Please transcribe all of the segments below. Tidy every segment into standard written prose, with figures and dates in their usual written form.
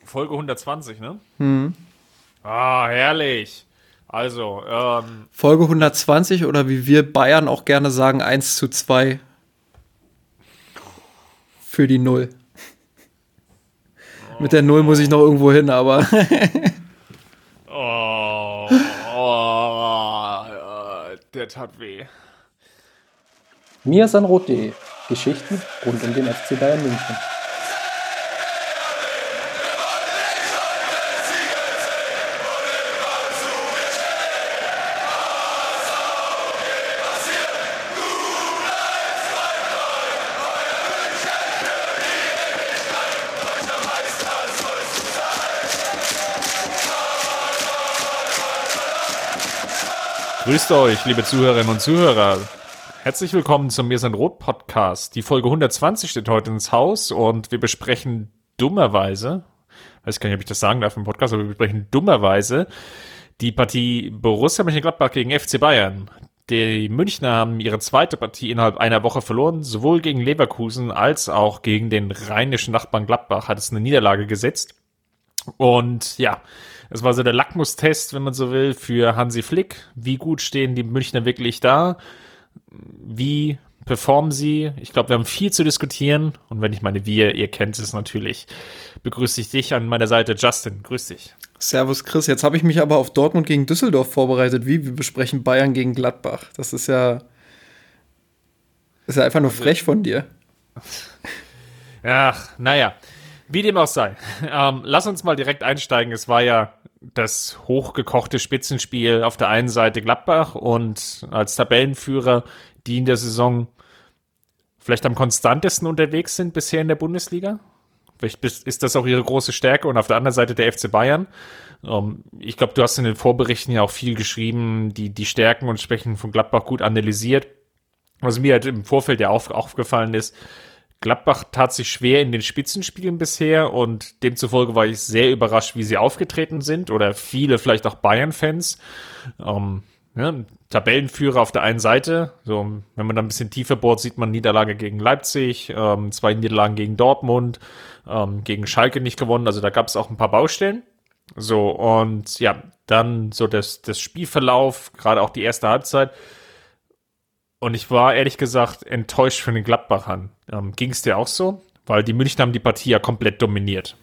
Folge 120, ne? Hm. Ah, herrlich. Also, Folge 120 oder wie wir Bayern auch gerne sagen, 1:2 für die Null. Mit der Null muss ich noch irgendwo hin, aber der tat weh. mirsanrot.de Geschichten rund um den FC Bayern München. Grüßt euch, liebe Zuhörerinnen und Zuhörer. Herzlich willkommen zum Mir sind Rot Podcast. Die Folge 120 steht heute ins Haus und wir besprechen dummerweise, weiß gar nicht, ob ich das sagen darf im Podcast, aber wir besprechen dummerweise die Partie Borussia Mönchengladbach gegen FC Bayern. Die Münchner haben ihre zweite Partie innerhalb einer Woche verloren, sowohl gegen Leverkusen als auch gegen den rheinischen Nachbarn Gladbach hat es eine Niederlage gesetzt. Und ja, es war so der Lackmustest, wenn man so will, für Hansi Flick. Wie gut stehen die Münchner wirklich da? Wie performen sie? Ich glaube, wir haben viel zu diskutieren. Und wenn ich meine wir, ihr kennt es natürlich, begrüße ich dich an meiner Seite. Justin, grüß dich. Servus Chris. Jetzt habe ich mich aber auf Dortmund gegen Düsseldorf vorbereitet. Wir besprechen Bayern gegen Gladbach. Das ist ja einfach nur frech von dir. Ach, naja. Wie dem auch sei. Lass uns mal direkt einsteigen. Es war ja das hochgekochte Spitzenspiel auf der einen Seite Gladbach und als Tabellenführer, die in der Saison vielleicht am konstantesten unterwegs sind bisher in der Bundesliga. Vielleicht ist das auch ihre große Stärke und auf der anderen Seite der FC Bayern. Ich glaube, du hast in den Vorberichten ja auch viel geschrieben, die Stärken und Schwächen von Gladbach gut analysiert. Was mir halt im Vorfeld ja aufgefallen ist, Gladbach tat sich schwer in den Spitzenspielen bisher und demzufolge war ich sehr überrascht, wie sie aufgetreten sind oder viele vielleicht auch Bayern-Fans. Tabellenführer auf der einen Seite, so wenn man da ein bisschen tiefer bohrt, sieht man Niederlage gegen Leipzig, 2 Niederlagen gegen Dortmund, gegen Schalke nicht gewonnen, also da gab es auch ein paar Baustellen. So, und ja, dann so das Spielverlauf, gerade auch die erste Halbzeit. Und ich war ehrlich gesagt enttäuscht von den Gladbachern. Ging es dir auch so? Weil die Münchner haben die Partie ja komplett dominiert.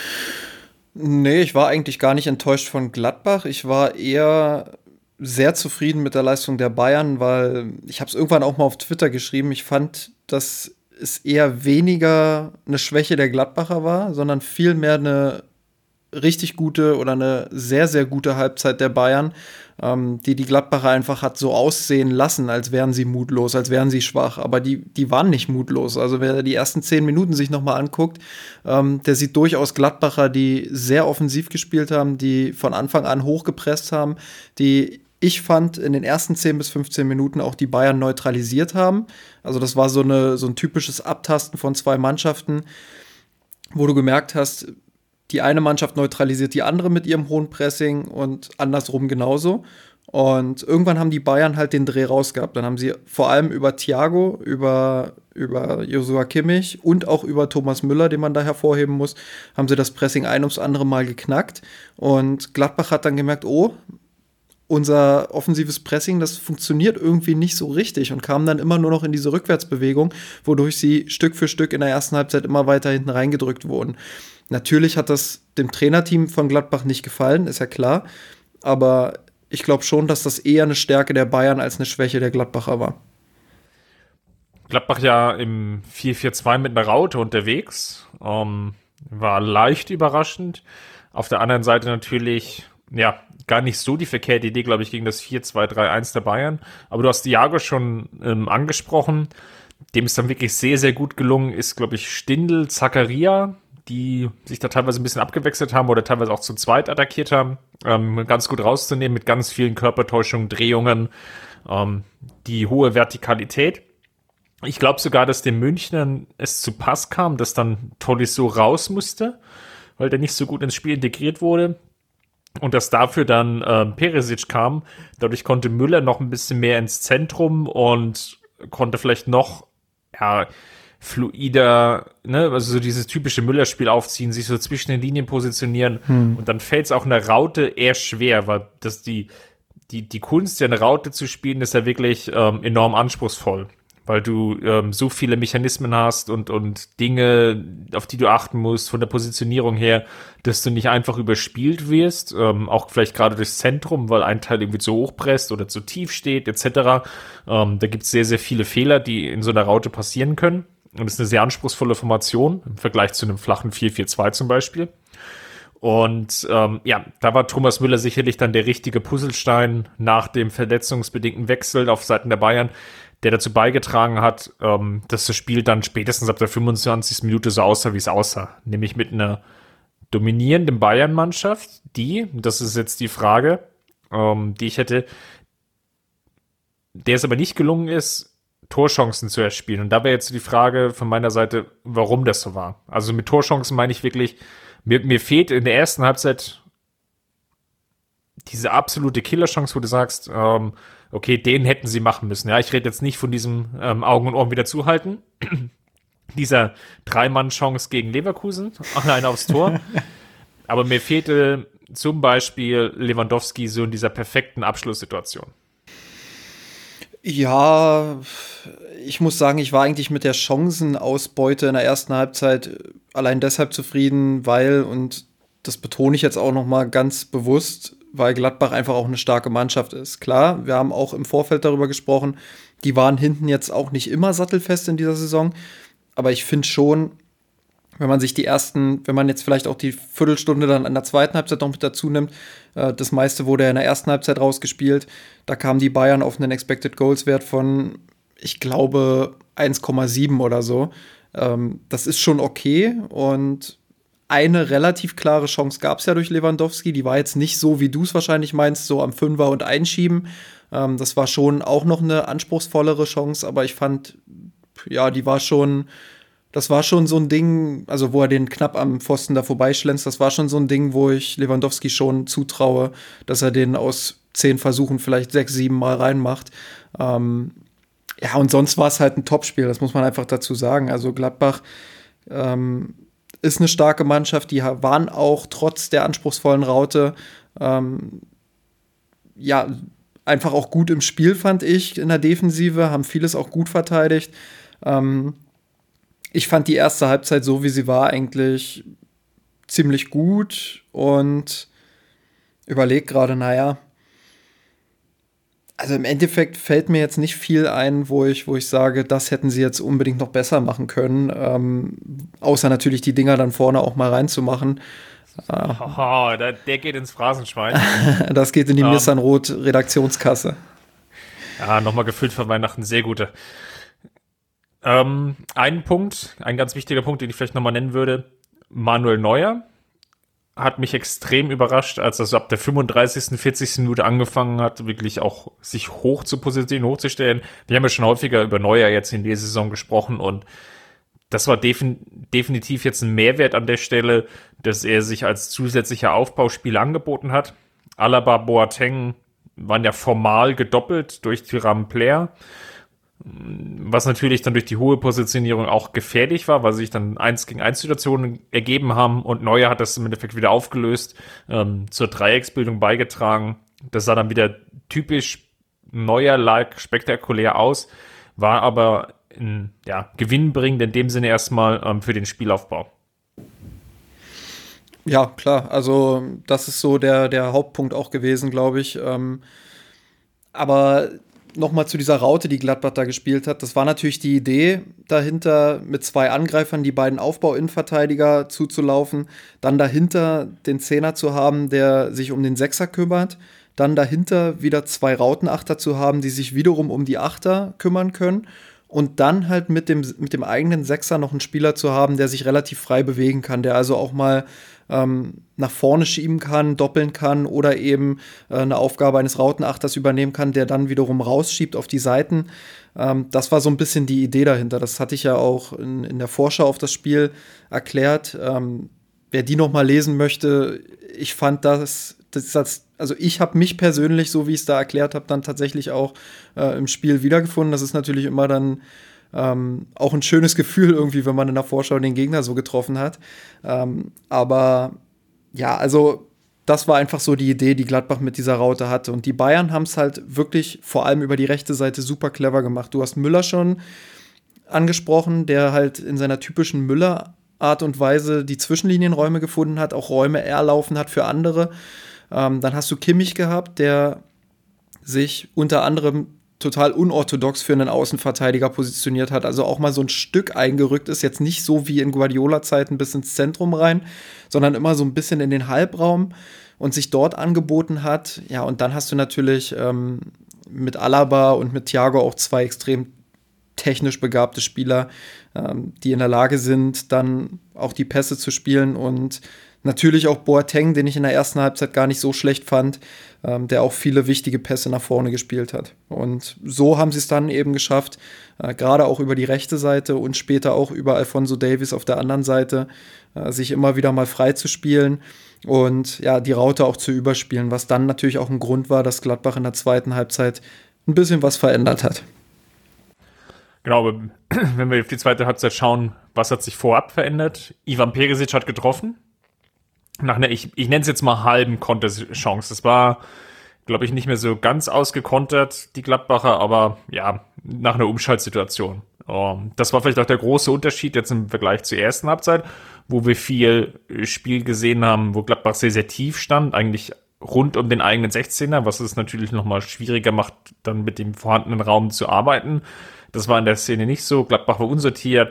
Nee, ich war eigentlich gar nicht enttäuscht von Gladbach. Ich war eher sehr zufrieden mit der Leistung der Bayern, weil ich habe es irgendwann auch mal auf Twitter geschrieben. Ich fand, dass es eher weniger eine Schwäche der Gladbacher war, sondern vielmehr eine richtig gute oder eine sehr, sehr gute Halbzeit der Bayern, die Gladbacher einfach hat so aussehen lassen, als wären sie mutlos, als wären sie schwach. Aber die waren nicht mutlos. Also wer die ersten 10 Minuten sich nochmal anguckt, der sieht durchaus Gladbacher, die sehr offensiv gespielt haben, die von Anfang an hochgepresst haben, die ich fand, in den ersten 10 bis 15 Minuten auch die Bayern neutralisiert haben. Also das war so ein typisches Abtasten von zwei Mannschaften, wo du gemerkt hast, die eine Mannschaft neutralisiert die andere mit ihrem hohen Pressing und andersrum genauso. Und irgendwann haben die Bayern halt den Dreh rausgehabt. Dann haben sie vor allem über Thiago, über Joshua Kimmich und auch über Thomas Müller, den man da hervorheben muss, haben sie das Pressing ein ums andere Mal geknackt. Und Gladbach hat dann gemerkt, oh, unser offensives Pressing, das funktioniert irgendwie nicht so richtig und kam dann immer nur noch in diese Rückwärtsbewegung, wodurch sie Stück für Stück in der ersten Halbzeit immer weiter hinten reingedrückt wurden. Natürlich hat das dem Trainerteam von Gladbach nicht gefallen, ist ja klar. Aber ich glaube schon, dass das eher eine Stärke der Bayern als eine Schwäche der Gladbacher war. Gladbach ja im 4-4-2 mit einer Raute unterwegs. War leicht überraschend. Auf der anderen Seite natürlich, ja, gar nicht so die verkehrte Idee, glaube ich, gegen das 4-2-3-1 der Bayern. Aber du hast Thiago schon angesprochen. Dem ist dann wirklich sehr, sehr gut gelungen, ist, glaube ich, Stindl, Zakaria, die sich da teilweise ein bisschen abgewechselt haben oder teilweise auch zu zweit attackiert haben, ganz gut rauszunehmen mit ganz vielen Körpertäuschungen, Drehungen, die hohe Vertikalität. Ich glaube sogar, dass den Münchnern es zu Pass kam, dass dann Tolisso raus musste, weil der nicht so gut ins Spiel integriert wurde und dass dafür dann Perisic kam. Dadurch konnte Müller noch ein bisschen mehr ins Zentrum und konnte vielleicht noch fluider, ne, also so dieses typische Müller-Spiel aufziehen, sich so zwischen den Linien positionieren und dann fällt es auch in der Raute eher schwer, weil das die Kunst, ja eine Raute zu spielen, ist ja wirklich enorm anspruchsvoll, weil du so viele Mechanismen hast und Dinge, auf die du achten musst, von der Positionierung her, dass du nicht einfach überspielt wirst, auch vielleicht gerade durchs Zentrum, weil ein Teil irgendwie zu hoch presst oder zu tief steht, etc. Da gibt es sehr, sehr viele Fehler, die in so einer Raute passieren können. Und es ist eine sehr anspruchsvolle Formation im Vergleich zu einem flachen 4-4-2 zum Beispiel. Und da war Thomas Müller sicherlich dann der richtige Puzzlestein nach dem verletzungsbedingten Wechsel auf Seiten der Bayern, der dazu beigetragen hat, dass das Spiel dann spätestens ab der 25. Minute so aussah, wie es aussah. Nämlich mit einer dominierenden Bayern-Mannschaft, das ist jetzt die Frage, die ich hätte, der es aber nicht gelungen ist, Torchancen zu erspielen. Und da wäre jetzt die Frage von meiner Seite, warum das so war. Also mit Torchancen meine ich wirklich, mir fehlt in der ersten Halbzeit diese absolute Killerchance, wo du sagst, okay, den hätten sie machen müssen. Ja, ich rede jetzt nicht von diesem Augen und Ohren wieder zuhalten. Dieser 3-Mann-Chance gegen Leverkusen, alleine aufs Tor. Aber mir fehlte zum Beispiel Lewandowski so in dieser perfekten Abschlusssituation. Ja, ich muss sagen, ich war eigentlich mit der Chancenausbeute in der ersten Halbzeit allein deshalb zufrieden, weil, und das betone ich jetzt auch noch mal ganz bewusst, weil Gladbach einfach auch eine starke Mannschaft ist. Klar, wir haben auch im Vorfeld darüber gesprochen, die waren hinten jetzt auch nicht immer sattelfest in dieser Saison, aber ich finde schon, wenn man jetzt vielleicht auch die Viertelstunde dann an der zweiten Halbzeit noch mit dazu nimmt, das meiste wurde ja in der ersten Halbzeit rausgespielt. Da kamen die Bayern auf einen Expected Goals Wert von, ich glaube, 1,7 oder so. Das ist schon okay und eine relativ klare Chance gab es ja durch Lewandowski. Die war jetzt nicht so, wie du es wahrscheinlich meinst, so am Fünfer und Einschieben. Das war schon auch noch eine anspruchsvollere Chance, aber ich fand, ja, das war schon so ein Ding, also wo er den knapp am Pfosten da vorbeischlänzt, das war schon so ein Ding, wo ich Lewandowski schon zutraue, dass er den aus 10 Versuchen vielleicht 6, 7 Mal reinmacht. Und sonst war es halt ein Topspiel, das muss man einfach dazu sagen. Also Gladbach ist eine starke Mannschaft, die waren auch trotz der anspruchsvollen Raute einfach auch gut im Spiel, fand ich, in der Defensive, haben vieles auch gut verteidigt. Ich fand die erste Halbzeit, so wie sie war, eigentlich ziemlich gut und überlege gerade, also im Endeffekt fällt mir jetzt nicht viel ein, wo ich sage, das hätten sie jetzt unbedingt noch besser machen können, außer natürlich die Dinger dann vorne auch mal reinzumachen. Der geht ins Phrasenschwein. Das geht in die Nissan Roth Redaktionskasse. Ja, nochmal gefüllt für Weihnachten, sehr gute. Ein ganz wichtiger Punkt, den ich vielleicht nochmal nennen würde, Manuel Neuer hat mich extrem überrascht, als er so ab der 35., 40. Minute angefangen hat, wirklich auch sich hoch zu positionieren, hochzustellen. Wir haben ja schon häufiger über Neuer jetzt in dieser Saison gesprochen und das war definitiv jetzt ein Mehrwert an der Stelle, dass er sich als zusätzlicher Aufbauspieler angeboten hat. Alaba, Boateng waren ja formal gedoppelt durch Thuram Player, was natürlich dann durch die hohe Positionierung auch gefährlich war, weil sich dann 1-gegen-1 Situationen ergeben haben und Neuer hat das im Endeffekt wieder aufgelöst, zur Dreiecksbildung beigetragen. Das sah dann wieder typisch Neuer-like spektakulär aus, war aber gewinnbringend in dem Sinne erstmal für den Spielaufbau. Ja, klar, also das ist so der Hauptpunkt auch gewesen, glaube ich. Aber nochmal zu dieser Raute, die Gladbach da gespielt hat. Das war natürlich die Idee dahinter, mit 2 Angreifern die beiden Aufbau-Innenverteidiger zuzulaufen, dann dahinter den Zehner zu haben, der sich um den Sechser kümmert, dann dahinter wieder 2 Rautenachter zu haben, die sich wiederum um die Achter kümmern können und dann halt mit dem eigenen Sechser noch einen Spieler zu haben, der sich relativ frei bewegen kann, der also auch mal nach vorne schieben kann, doppeln kann oder eben eine Aufgabe eines Rautenachters übernehmen kann, der dann wiederum rausschiebt auf die Seiten. Das war so ein bisschen die Idee dahinter. Das hatte ich ja auch in der Vorschau auf das Spiel erklärt. Wer die noch mal lesen möchte, ich fand also ich habe mich persönlich, so wie ich es da erklärt habe, dann tatsächlich auch im Spiel wiedergefunden. Das ist natürlich immer dann Auch ein schönes Gefühl irgendwie, wenn man in der Vorschau den Gegner so getroffen hat. Aber ja, also das war einfach so die Idee, die Gladbach mit dieser Raute hatte. Und die Bayern haben es halt wirklich vor allem über die rechte Seite super clever gemacht. Du hast Müller schon angesprochen, der halt in seiner typischen Müller-Art und Weise die Zwischenlinienräume gefunden hat, auch Räume erlaufen hat für andere. Dann hast du Kimmich gehabt, der sich unter anderem total unorthodox für einen Außenverteidiger positioniert hat, also auch mal so ein Stück eingerückt ist, jetzt nicht so wie in Guardiola-Zeiten bis ins Zentrum rein, sondern immer so ein bisschen in den Halbraum und sich dort angeboten hat. Ja, und dann hast du natürlich mit Alaba und mit Thiago auch zwei extrem technisch begabte Spieler, die in der Lage sind, dann auch die Pässe zu spielen und natürlich auch Boateng, den ich in der ersten Halbzeit gar nicht so schlecht fand, der auch viele wichtige Pässe nach vorne gespielt hat. Und so haben sie es dann eben geschafft, gerade auch über die rechte Seite und später auch über Alphonso Davies auf der anderen Seite, sich immer wieder mal frei zu spielen und ja, die Raute auch zu überspielen, was dann natürlich auch ein Grund war, dass Gladbach in der zweiten Halbzeit ein bisschen was verändert hat. Genau, aber wenn wir auf die zweite Halbzeit schauen, was hat sich vorab verändert? Ivan Perisic hat getroffen. Nach einer, ich nenne es jetzt mal halben Konterchance. Das war, glaube ich, nicht mehr so ganz ausgekontert, die Gladbacher, aber ja, nach einer Umschaltsituation. Das war vielleicht auch der große Unterschied jetzt im Vergleich zur ersten Halbzeit, wo wir viel Spiel gesehen haben, wo Gladbach sehr, sehr tief stand, eigentlich rund um den eigenen 16er, was es natürlich nochmal schwieriger macht, dann mit dem vorhandenen Raum zu arbeiten. Das war in der Szene nicht so. Gladbach war unsortiert.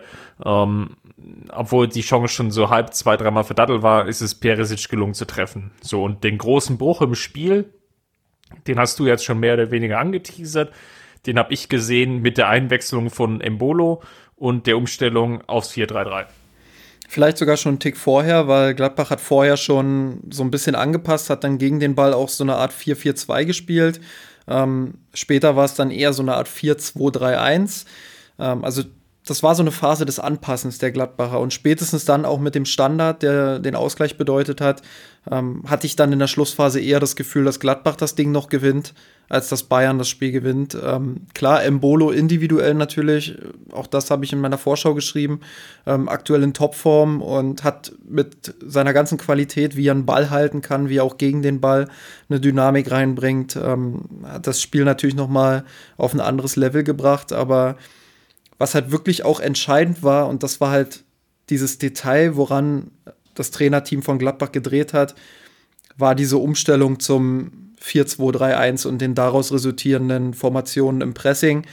Obwohl die Chance schon so halb 2-3 Mal verdattelt war, ist es Perisic gelungen zu treffen. So, und den großen Bruch im Spiel, den hast du jetzt schon mehr oder weniger angeteasert. Den habe ich gesehen mit der Einwechslung von Embolo und der Umstellung aufs 4-3-3. Vielleicht sogar schon einen Tick vorher, weil Gladbach hat vorher schon so ein bisschen angepasst, hat dann gegen den Ball auch so eine Art 4-4-2 gespielt. Später war es dann eher so eine Art 4-2-3-1. Also das war so eine Phase des Anpassens der Gladbacher. Und spätestens dann auch mit dem Standard, der den Ausgleich bedeutet hat, hatte ich dann in der Schlussphase eher das Gefühl, dass Gladbach das Ding noch gewinnt, als dass Bayern das Spiel gewinnt. Klar, Embolo individuell natürlich, auch das habe ich in meiner Vorschau geschrieben, aktuell in Topform und hat mit seiner ganzen Qualität, wie er einen Ball halten kann, wie er auch gegen den Ball eine Dynamik reinbringt, hat das Spiel natürlich noch mal auf ein anderes Level gebracht, aber was halt wirklich auch entscheidend war, und das war halt dieses Detail, woran das Trainerteam von Gladbach gedreht hat, war diese Umstellung zum 4-2-3-1 und den daraus resultierenden Formationen im Pressing,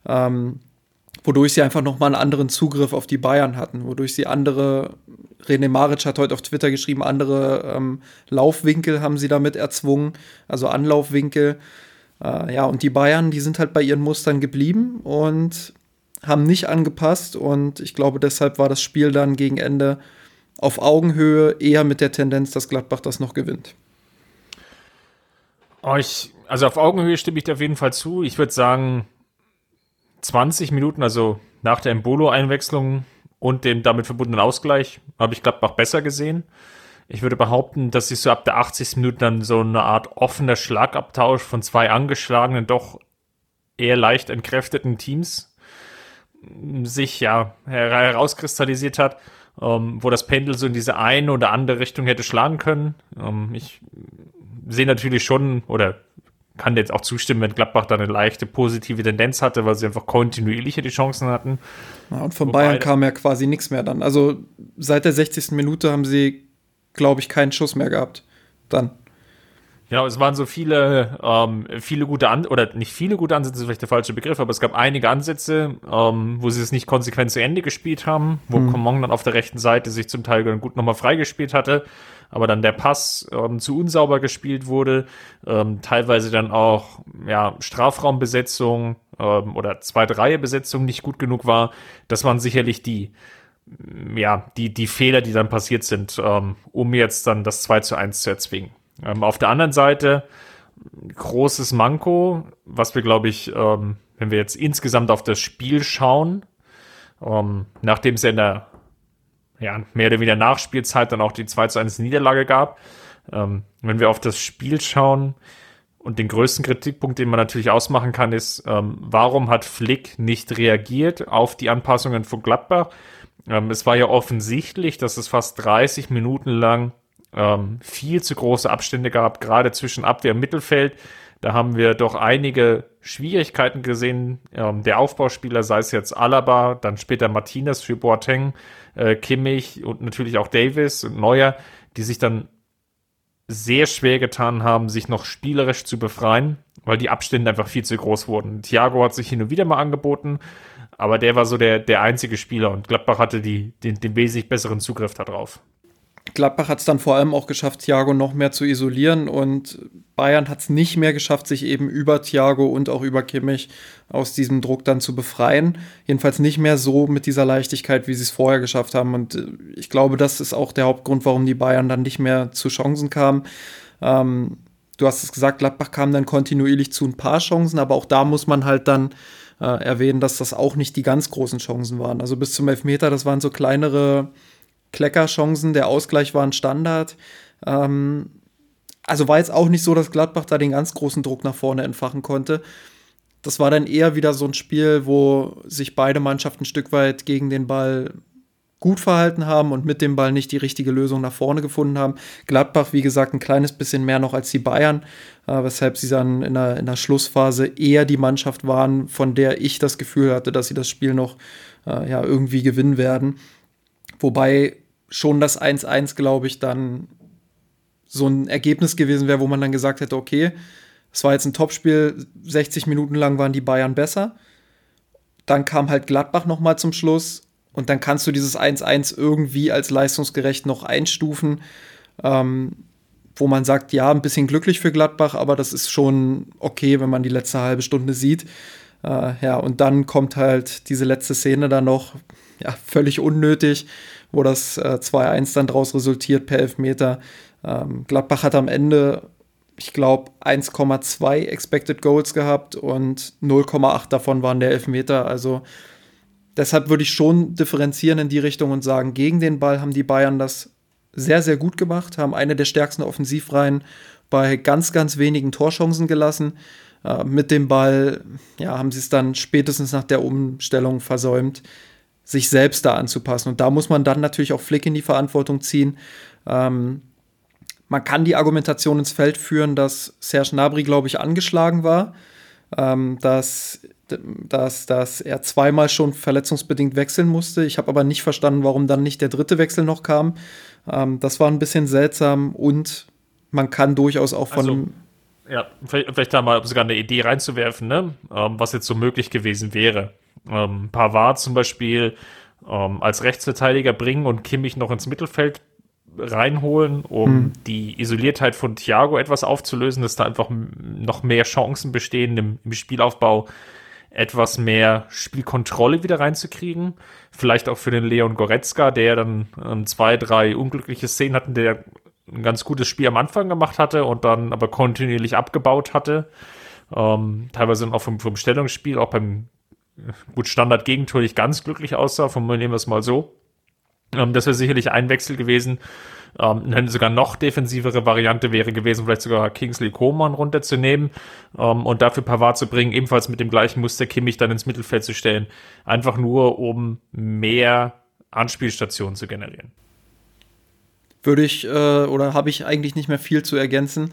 wodurch sie einfach nochmal einen anderen Zugriff auf die Bayern hatten, wodurch sie andere, René Maric hat heute auf Twitter geschrieben, andere Laufwinkel haben sie damit erzwungen, also Anlaufwinkel. Ja, und die Bayern, die sind halt bei ihren Mustern geblieben und haben nicht angepasst und ich glaube, deshalb war das Spiel dann gegen Ende auf Augenhöhe, eher mit der Tendenz, dass Gladbach das noch gewinnt. Also auf Augenhöhe stimme ich dir auf jeden Fall zu. Ich würde sagen, 20 Minuten, also nach der Embolo-Einwechslung und dem damit verbundenen Ausgleich, habe ich Gladbach besser gesehen. Ich würde behaupten, dass sich so ab der 80. Minute dann so eine Art offener Schlagabtausch von zwei angeschlagenen, doch eher leicht entkräfteten Teams sich ja herauskristallisiert hat, wo das Pendel so in diese eine oder andere Richtung hätte schlagen können. Ich sehe natürlich schon, oder kann jetzt auch zustimmen, wenn Gladbach da eine leichte positive Tendenz hatte, weil sie einfach kontinuierlicher die Chancen hatten. Ja, und von Bayern kam ja quasi nichts mehr dann. Also seit der 60. Minute haben sie, glaube ich, keinen Schuss mehr gehabt. Dann. Ja, es waren so viele gute oder nicht viele gute Ansätze, das ist vielleicht der falsche Begriff, aber es gab einige Ansätze, wo sie es nicht konsequent zu Ende gespielt haben, wo Coman dann auf der rechten Seite sich zum Teil gut nochmal freigespielt hatte, aber dann der Pass zu unsauber gespielt wurde, teilweise dann auch Strafraumbesetzung oder Zweite-Reihe-Besetzung nicht gut genug war. Das waren sicherlich die Fehler, die dann passiert sind, um jetzt dann das 2-1 zu erzwingen. Auf der anderen Seite großes Manko, was wir, glaube ich, wenn wir jetzt insgesamt auf das Spiel schauen, nachdem es ja in der mehr oder weniger Nachspielzeit dann auch die 2-1 Niederlage gab, wenn wir auf das Spiel schauen, Und den größten Kritikpunkt, den man natürlich ausmachen kann, ist, warum hat Flick nicht reagiert auf die Anpassungen von Gladbach? Es war ja offensichtlich, dass es fast 30 Minuten lang viel zu große Abstände gab, gerade zwischen Abwehr und Mittelfeld. Da haben wir doch einige Schwierigkeiten gesehen. Der Aufbauspieler, sei es jetzt Alaba, dann später Martinez für Boateng, Kimmich und natürlich auch Davis und Neuer, die sich dann sehr schwer getan haben, sich noch spielerisch zu befreien, weil die Abstände einfach viel zu groß wurden. Thiago hat sich hin und wieder mal angeboten, aber der war so der einzige Spieler und Gladbach hatte den wesentlich besseren Zugriff darauf. Gladbach hat es dann vor allem auch geschafft, Thiago noch mehr zu isolieren und Bayern hat es nicht mehr geschafft, sich eben über Thiago und auch über Kimmich aus diesem Druck dann zu befreien. Jedenfalls nicht mehr so mit dieser Leichtigkeit, wie sie es vorher geschafft haben. Und ich glaube, das ist auch der Hauptgrund, warum die Bayern dann nicht mehr zu Chancen kamen. Du hast es gesagt, Gladbach kam dann kontinuierlich zu ein paar Chancen, aber auch da muss man halt dann erwähnen, dass das auch nicht die ganz großen Chancen waren. Also bis zum Elfmeter, das waren so kleinere Kleckerchancen, der Ausgleich war ein Standard. Also war jetzt auch nicht so, dass Gladbach da den ganz großen Druck nach vorne entfachen konnte. Das war dann eher wieder so ein Spiel, wo sich beide Mannschaften ein Stück weit gegen den Ball gut verhalten haben und mit dem Ball nicht die richtige Lösung nach vorne gefunden haben. Gladbach, wie gesagt, ein kleines bisschen mehr noch als die Bayern, weshalb sie dann in der Schlussphase eher die Mannschaft waren, von der ich das Gefühl hatte, dass sie das Spiel noch irgendwie gewinnen werden. Wobei schon das 1-1, glaube ich, dann so ein Ergebnis gewesen wäre, wo man dann gesagt hätte, okay, es war jetzt ein Topspiel, 60 Minuten lang waren die Bayern besser. Dann kam halt Gladbach nochmal zum Schluss und dann kannst du dieses 1-1 irgendwie als leistungsgerecht noch einstufen, wo man sagt, ja, ein bisschen glücklich für Gladbach, aber das ist schon okay, wenn man die letzte halbe Stunde sieht. Und dann kommt halt diese letzte Szene dann noch, völlig unnötig, wo das 2-1 dann draus resultiert per Elfmeter. Gladbach hat am Ende, ich glaube, 1,2 Expected Goals gehabt und 0,8 davon waren der Elfmeter. Also deshalb würde ich schon differenzieren in die Richtung und sagen, gegen den Ball haben die Bayern das sehr, sehr gut gemacht, haben eine der stärksten Offensivreihen bei ganz, ganz wenigen Torchancen gelassen. Mit dem Ball haben sie es dann spätestens nach der Umstellung versäumt, sich selbst da anzupassen. Und da muss man dann natürlich auch Flick in die Verantwortung ziehen. Man kann die Argumentation ins Feld führen, dass Serge Gnabry, glaube ich, angeschlagen war, dass er zweimal schon verletzungsbedingt wechseln musste. Ich habe aber nicht verstanden, warum dann nicht der dritte Wechsel noch kam. Das war ein bisschen seltsam und man kann durchaus auch von... vielleicht da mal sogar eine Idee reinzuwerfen, ne? Was jetzt so möglich gewesen wäre. Pavard zum Beispiel als Rechtsverteidiger bringen und Kimmich noch ins Mittelfeld reinholen, um die Isoliertheit von Thiago etwas aufzulösen, dass da einfach noch mehr Chancen bestehen im Spielaufbau, etwas mehr Spielkontrolle wieder reinzukriegen. Vielleicht auch für den Leon Goretzka, der dann 2, 3 unglückliche Szenen hatten, der ein ganz gutes Spiel am Anfang gemacht hatte und dann aber kontinuierlich abgebaut hatte. Teilweise dann auch vom Stellungsspiel, auch beim Standard-Gegentor nicht ganz glücklich aussah, formulieren wir es mal so. Das wäre sicherlich ein Wechsel gewesen. Eine sogar noch defensivere Variante wäre gewesen, vielleicht sogar Kingsley Coman runterzunehmen und dafür Pavard zu bringen, ebenfalls mit dem gleichen Muster Kimmich dann ins Mittelfeld zu stellen. Einfach nur, um mehr Anspielstationen zu generieren. Würde ich oder habe ich eigentlich nicht mehr viel zu ergänzen.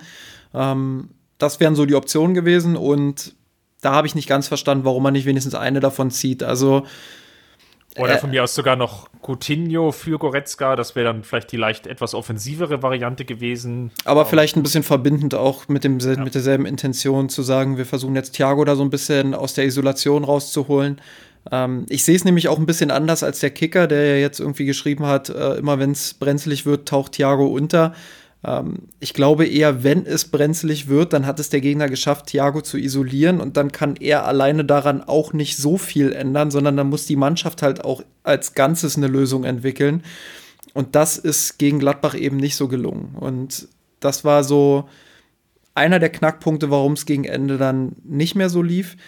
Das wären so die Optionen gewesen und da habe ich nicht ganz verstanden, warum man nicht wenigstens eine davon zieht. Also oder von mir aus sogar noch Coutinho für Goretzka, das wäre dann vielleicht die leicht etwas offensivere Variante gewesen. Aber vielleicht ein bisschen verbindend auch mit derselben Intention zu sagen, wir versuchen jetzt Thiago da so ein bisschen aus der Isolation rauszuholen. Ich sehe es nämlich auch ein bisschen anders als der Kicker, der ja jetzt irgendwie geschrieben hat, immer wenn es brenzlig wird, taucht Thiago unter. Ich glaube eher, wenn es brenzlig wird, dann hat es der Gegner geschafft, Thiago zu isolieren und dann kann er alleine daran auch nicht so viel ändern, sondern dann muss die Mannschaft halt auch als Ganzes eine Lösung entwickeln. Und das ist gegen Gladbach eben nicht so gelungen. Und das war so einer der Knackpunkte, warum es gegen Ende dann nicht mehr so lief.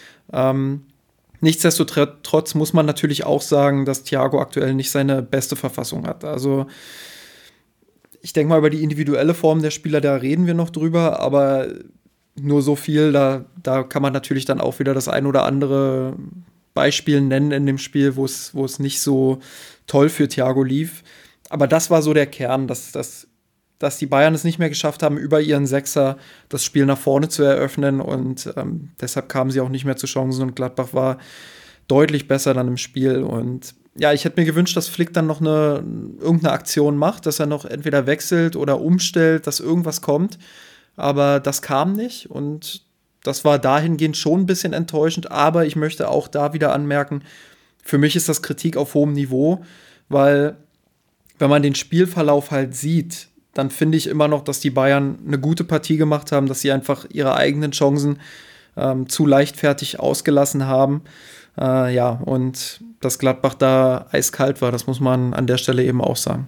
Nichtsdestotrotz muss man natürlich auch sagen, dass Thiago aktuell nicht seine beste Verfassung hat. Also ich denke mal, über die individuelle Form der Spieler, da reden wir noch drüber, aber Nur so viel, da kann man natürlich dann auch wieder das ein oder andere Beispiel nennen in dem Spiel, wo es nicht so toll für Thiago lief. Aber das war so der Kern, dass die Bayern es nicht mehr geschafft haben, über ihren Sechser das Spiel nach vorne zu eröffnen und deshalb kamen sie auch nicht mehr zu Chancen und Gladbach war deutlich besser dann im Spiel und ja, ich hätte mir gewünscht, dass Flick dann noch irgendeine Aktion macht, dass er noch entweder wechselt oder umstellt, dass irgendwas kommt, aber das kam nicht und das war dahingehend schon ein bisschen enttäuschend, aber ich möchte auch da wieder anmerken, für mich ist das Kritik auf hohem Niveau, weil wenn man den Spielverlauf halt sieht, dann finde ich immer noch, dass die Bayern eine gute Partie gemacht haben, dass sie einfach ihre eigenen Chancen zu leichtfertig ausgelassen haben. Ja, und dass Gladbach da eiskalt war, das muss man an der Stelle eben auch sagen.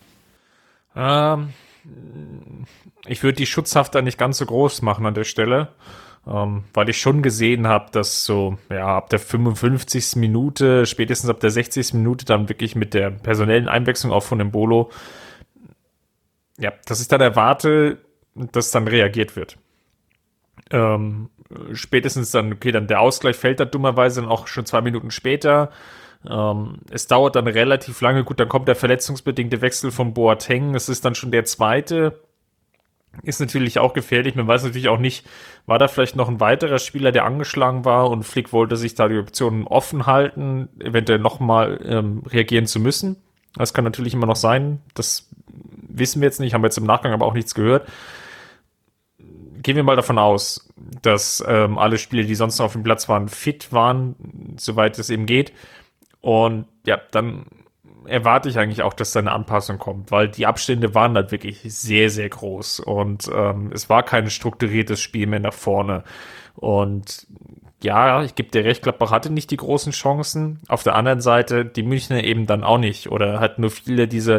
Ich würde die Schutzhaft da nicht ganz so groß machen an der Stelle, weil ich schon gesehen habe, dass so ab der 55. Minute, spätestens ab der 60. Minute dann wirklich mit der personellen Einwechslung auch von Embolo, dass ich dann erwarte, dass dann reagiert wird. Spätestens dann, dann der Ausgleich fällt dann dummerweise dann auch schon 2 Minuten später. Es dauert dann relativ lange, gut, dann kommt der verletzungsbedingte Wechsel von Boateng, es ist dann schon der zweite, ist natürlich auch gefährlich, man weiß natürlich auch nicht, war da vielleicht noch ein weiterer Spieler, der angeschlagen war und Flick wollte sich da die Optionen offen halten, eventuell nochmal reagieren zu müssen. Das kann natürlich immer noch sein, das wissen wir jetzt nicht, haben wir jetzt im Nachgang aber auch nichts gehört. Gehen wir mal davon aus, dass alle Spieler, die sonst noch auf dem Platz waren, fit waren, soweit es eben geht. Und dann erwarte ich eigentlich auch, dass da eine Anpassung kommt, weil die Abstände waren halt wirklich sehr, sehr groß und es war kein strukturiertes Spiel mehr nach vorne. Und ich gebe dir recht, Gladbach hatte nicht die großen Chancen. Auf der anderen Seite die Münchner eben dann auch nicht oder hat nur viele diese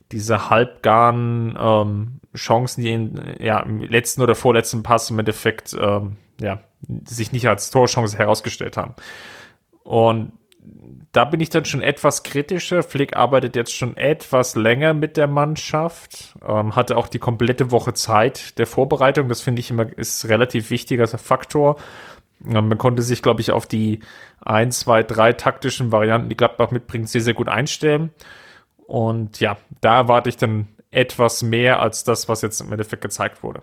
halbgaren Chancen, die im letzten oder vorletzten Pass im Endeffekt sich nicht als Torchance herausgestellt haben. Und da bin ich dann schon etwas kritischer. Flick arbeitet jetzt schon etwas länger mit der Mannschaft, hatte auch die komplette Woche Zeit der Vorbereitung. Das finde ich immer ist relativ wichtiger Faktor. Man konnte sich, glaube ich, auf die 1, 2, 3 taktischen Varianten, die Gladbach mitbringt, sehr, sehr gut einstellen. Und da erwarte ich dann etwas mehr als das, was jetzt im Endeffekt gezeigt wurde.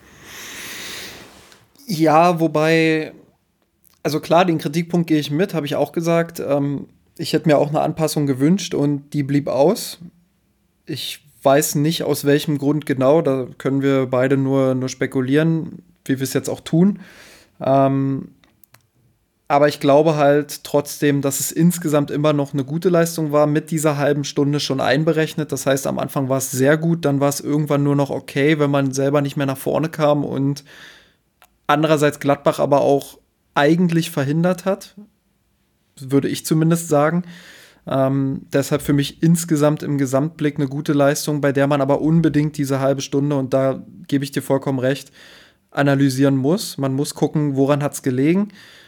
Ja, wobei, also klar, den Kritikpunkt gehe ich mit, habe ich auch gesagt. Ich hätte mir auch eine Anpassung gewünscht und die blieb aus. Ich weiß nicht, aus welchem Grund genau, da können wir beide nur spekulieren, wie wir es jetzt auch tun. Aber ich glaube halt trotzdem, dass es insgesamt immer noch eine gute Leistung war, mit dieser halben Stunde schon einberechnet. Das heißt, am Anfang war es sehr gut, dann war es irgendwann nur noch okay, wenn man selber nicht mehr nach vorne kam und andererseits Gladbach aber auch eigentlich verhindert hat, würde ich zumindest sagen. Deshalb für mich insgesamt im Gesamtblick eine gute Leistung, bei der man aber unbedingt diese halbe Stunde, und da gebe ich dir vollkommen recht, analysieren muss. Man muss gucken, woran hat es gelegen.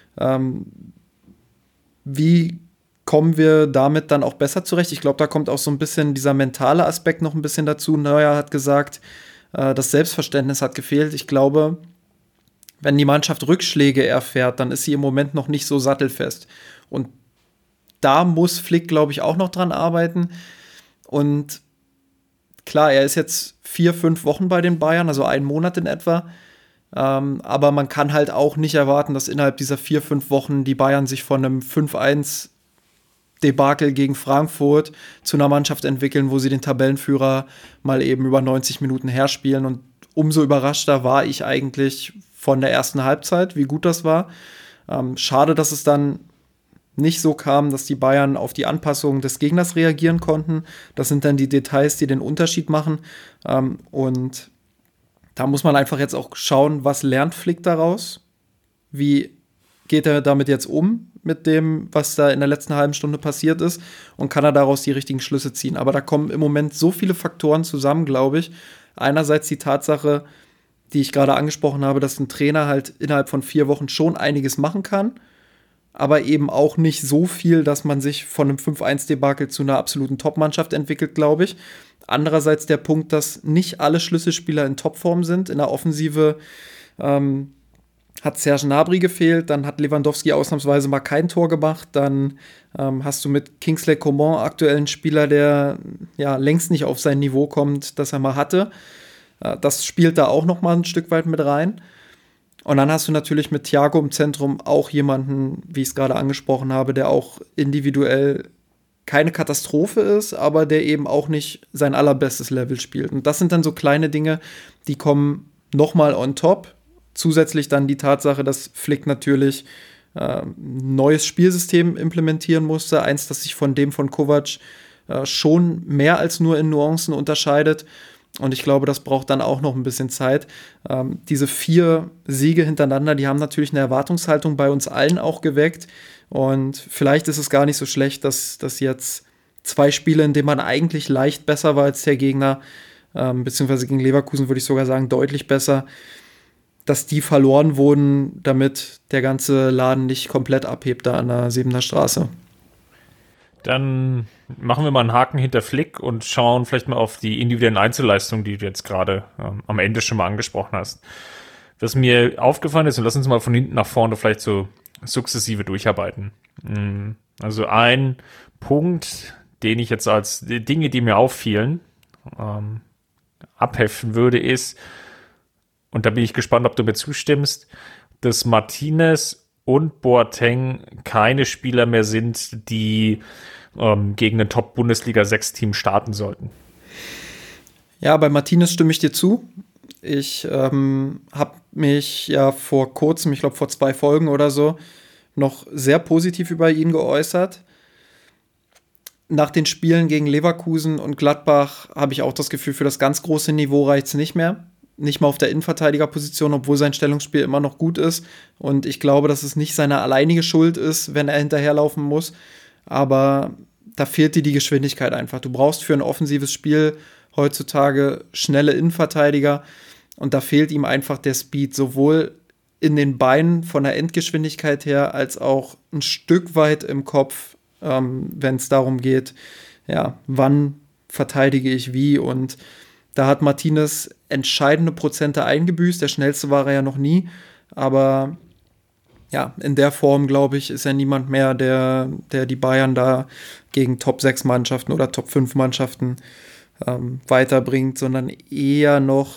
Wie kommen wir damit dann auch besser zurecht? Ich glaube, da kommt auch so ein bisschen dieser mentale Aspekt noch ein bisschen dazu. Neuer hat gesagt, das Selbstverständnis hat gefehlt. Ich glaube, wenn die Mannschaft Rückschläge erfährt, dann ist sie im Moment noch nicht so sattelfest. Und da muss Flick, glaube ich, auch noch dran arbeiten. Und klar, er ist jetzt 4-5 Wochen bei den Bayern, also 1 Monat in etwa. Aber man kann halt auch nicht erwarten, dass innerhalb dieser 4-5 Wochen die Bayern sich von einem 5-1 Debakel gegen Frankfurt zu einer Mannschaft entwickeln, wo sie den Tabellenführer mal eben über 90 Minuten herspielen. Und umso überraschter war ich eigentlich von der ersten Halbzeit, wie gut das war. Schade, dass es dann nicht so kam, dass die Bayern auf die Anpassung des Gegners reagieren konnten. Das sind dann die Details, die den Unterschied machen. Und da muss man einfach jetzt auch schauen, was lernt Flick daraus? Wie geht er damit jetzt um, mit dem, was da in der letzten halben Stunde passiert ist? Und kann er daraus die richtigen Schlüsse ziehen? Aber da kommen im Moment so viele Faktoren zusammen, glaube ich. Einerseits die Tatsache, die ich gerade angesprochen habe, dass ein Trainer halt innerhalb von 4 Wochen schon einiges machen kann, aber eben auch nicht so viel, dass man sich von einem 5-1-Debakel zu einer absoluten Top-Mannschaft entwickelt, glaube ich. Andererseits der Punkt, dass nicht alle Schlüsselspieler in Topform sind. In der Offensive hat Serge Gnabry gefehlt, dann hat Lewandowski ausnahmsweise mal kein Tor gemacht, dann hast du mit Kingsley Coman aktuell einen Spieler, der ja längst nicht auf sein Niveau kommt, das er mal hatte. Das spielt da auch noch mal ein Stück weit mit rein. Und dann hast du natürlich mit Thiago im Zentrum auch jemanden, wie ich es gerade angesprochen habe, der auch individuell keine Katastrophe ist, aber der eben auch nicht sein allerbestes Level spielt. Und das sind dann so kleine Dinge, die kommen noch mal on top. Zusätzlich dann die Tatsache, dass Flick natürlich ein neues Spielsystem implementieren musste. Eins, das sich von dem von Kovac schon mehr als nur in Nuancen unterscheidet. Und ich glaube, das braucht dann auch noch ein bisschen Zeit. Diese 4 Siege hintereinander, die haben natürlich eine Erwartungshaltung bei uns allen auch geweckt. Und vielleicht ist es gar nicht so schlecht, dass jetzt 2 Spiele, in denen man eigentlich leicht besser war als der Gegner, beziehungsweise gegen Leverkusen würde ich sogar sagen, deutlich besser, dass die verloren wurden, damit der ganze Laden nicht komplett abhebt da an der Sebener Straße. Dann machen wir mal einen Haken hinter Flick und schauen vielleicht mal auf die individuellen Einzelleistungen, die du jetzt gerade am Ende schon mal angesprochen hast. Was mir aufgefallen ist, und lass uns mal von hinten nach vorne vielleicht so sukzessive durcharbeiten. Also ein Punkt, den ich jetzt als Dinge, die mir auffielen, abheften würde, ist, und da bin ich gespannt, ob du mir zustimmst, dass Martinez und Boateng keine Spieler mehr sind, die gegen ein Top-Bundesliga-6-Team starten sollten. Ja, bei Martinez stimme ich dir zu. Ich habe mich ja vor kurzem, ich glaube vor 2 Folgen oder so, noch sehr positiv über ihn geäußert. Nach den Spielen gegen Leverkusen und Gladbach habe ich auch das Gefühl, für das ganz große Niveau reicht es nicht mehr. Nicht mal auf der Innenverteidigerposition, obwohl sein Stellungsspiel immer noch gut ist. Und ich glaube, dass es nicht seine alleinige Schuld ist, wenn er hinterherlaufen muss. Aber da fehlt dir die Geschwindigkeit einfach. Du brauchst für ein offensives Spiel heutzutage schnelle Innenverteidiger. Und da fehlt ihm einfach der Speed, sowohl in den Beinen von der Endgeschwindigkeit her, als auch ein Stück weit im Kopf, wenn es darum geht, ja, wann verteidige ich wie. Und da hat Martinez entscheidende Prozente eingebüßt. Der schnellste war er ja noch nie. Aber ja, in der Form, glaube ich, ist er niemand mehr, der die Bayern da gegen Top-6-Mannschaften oder Top-5-Mannschaften weiterbringt, sondern eher noch,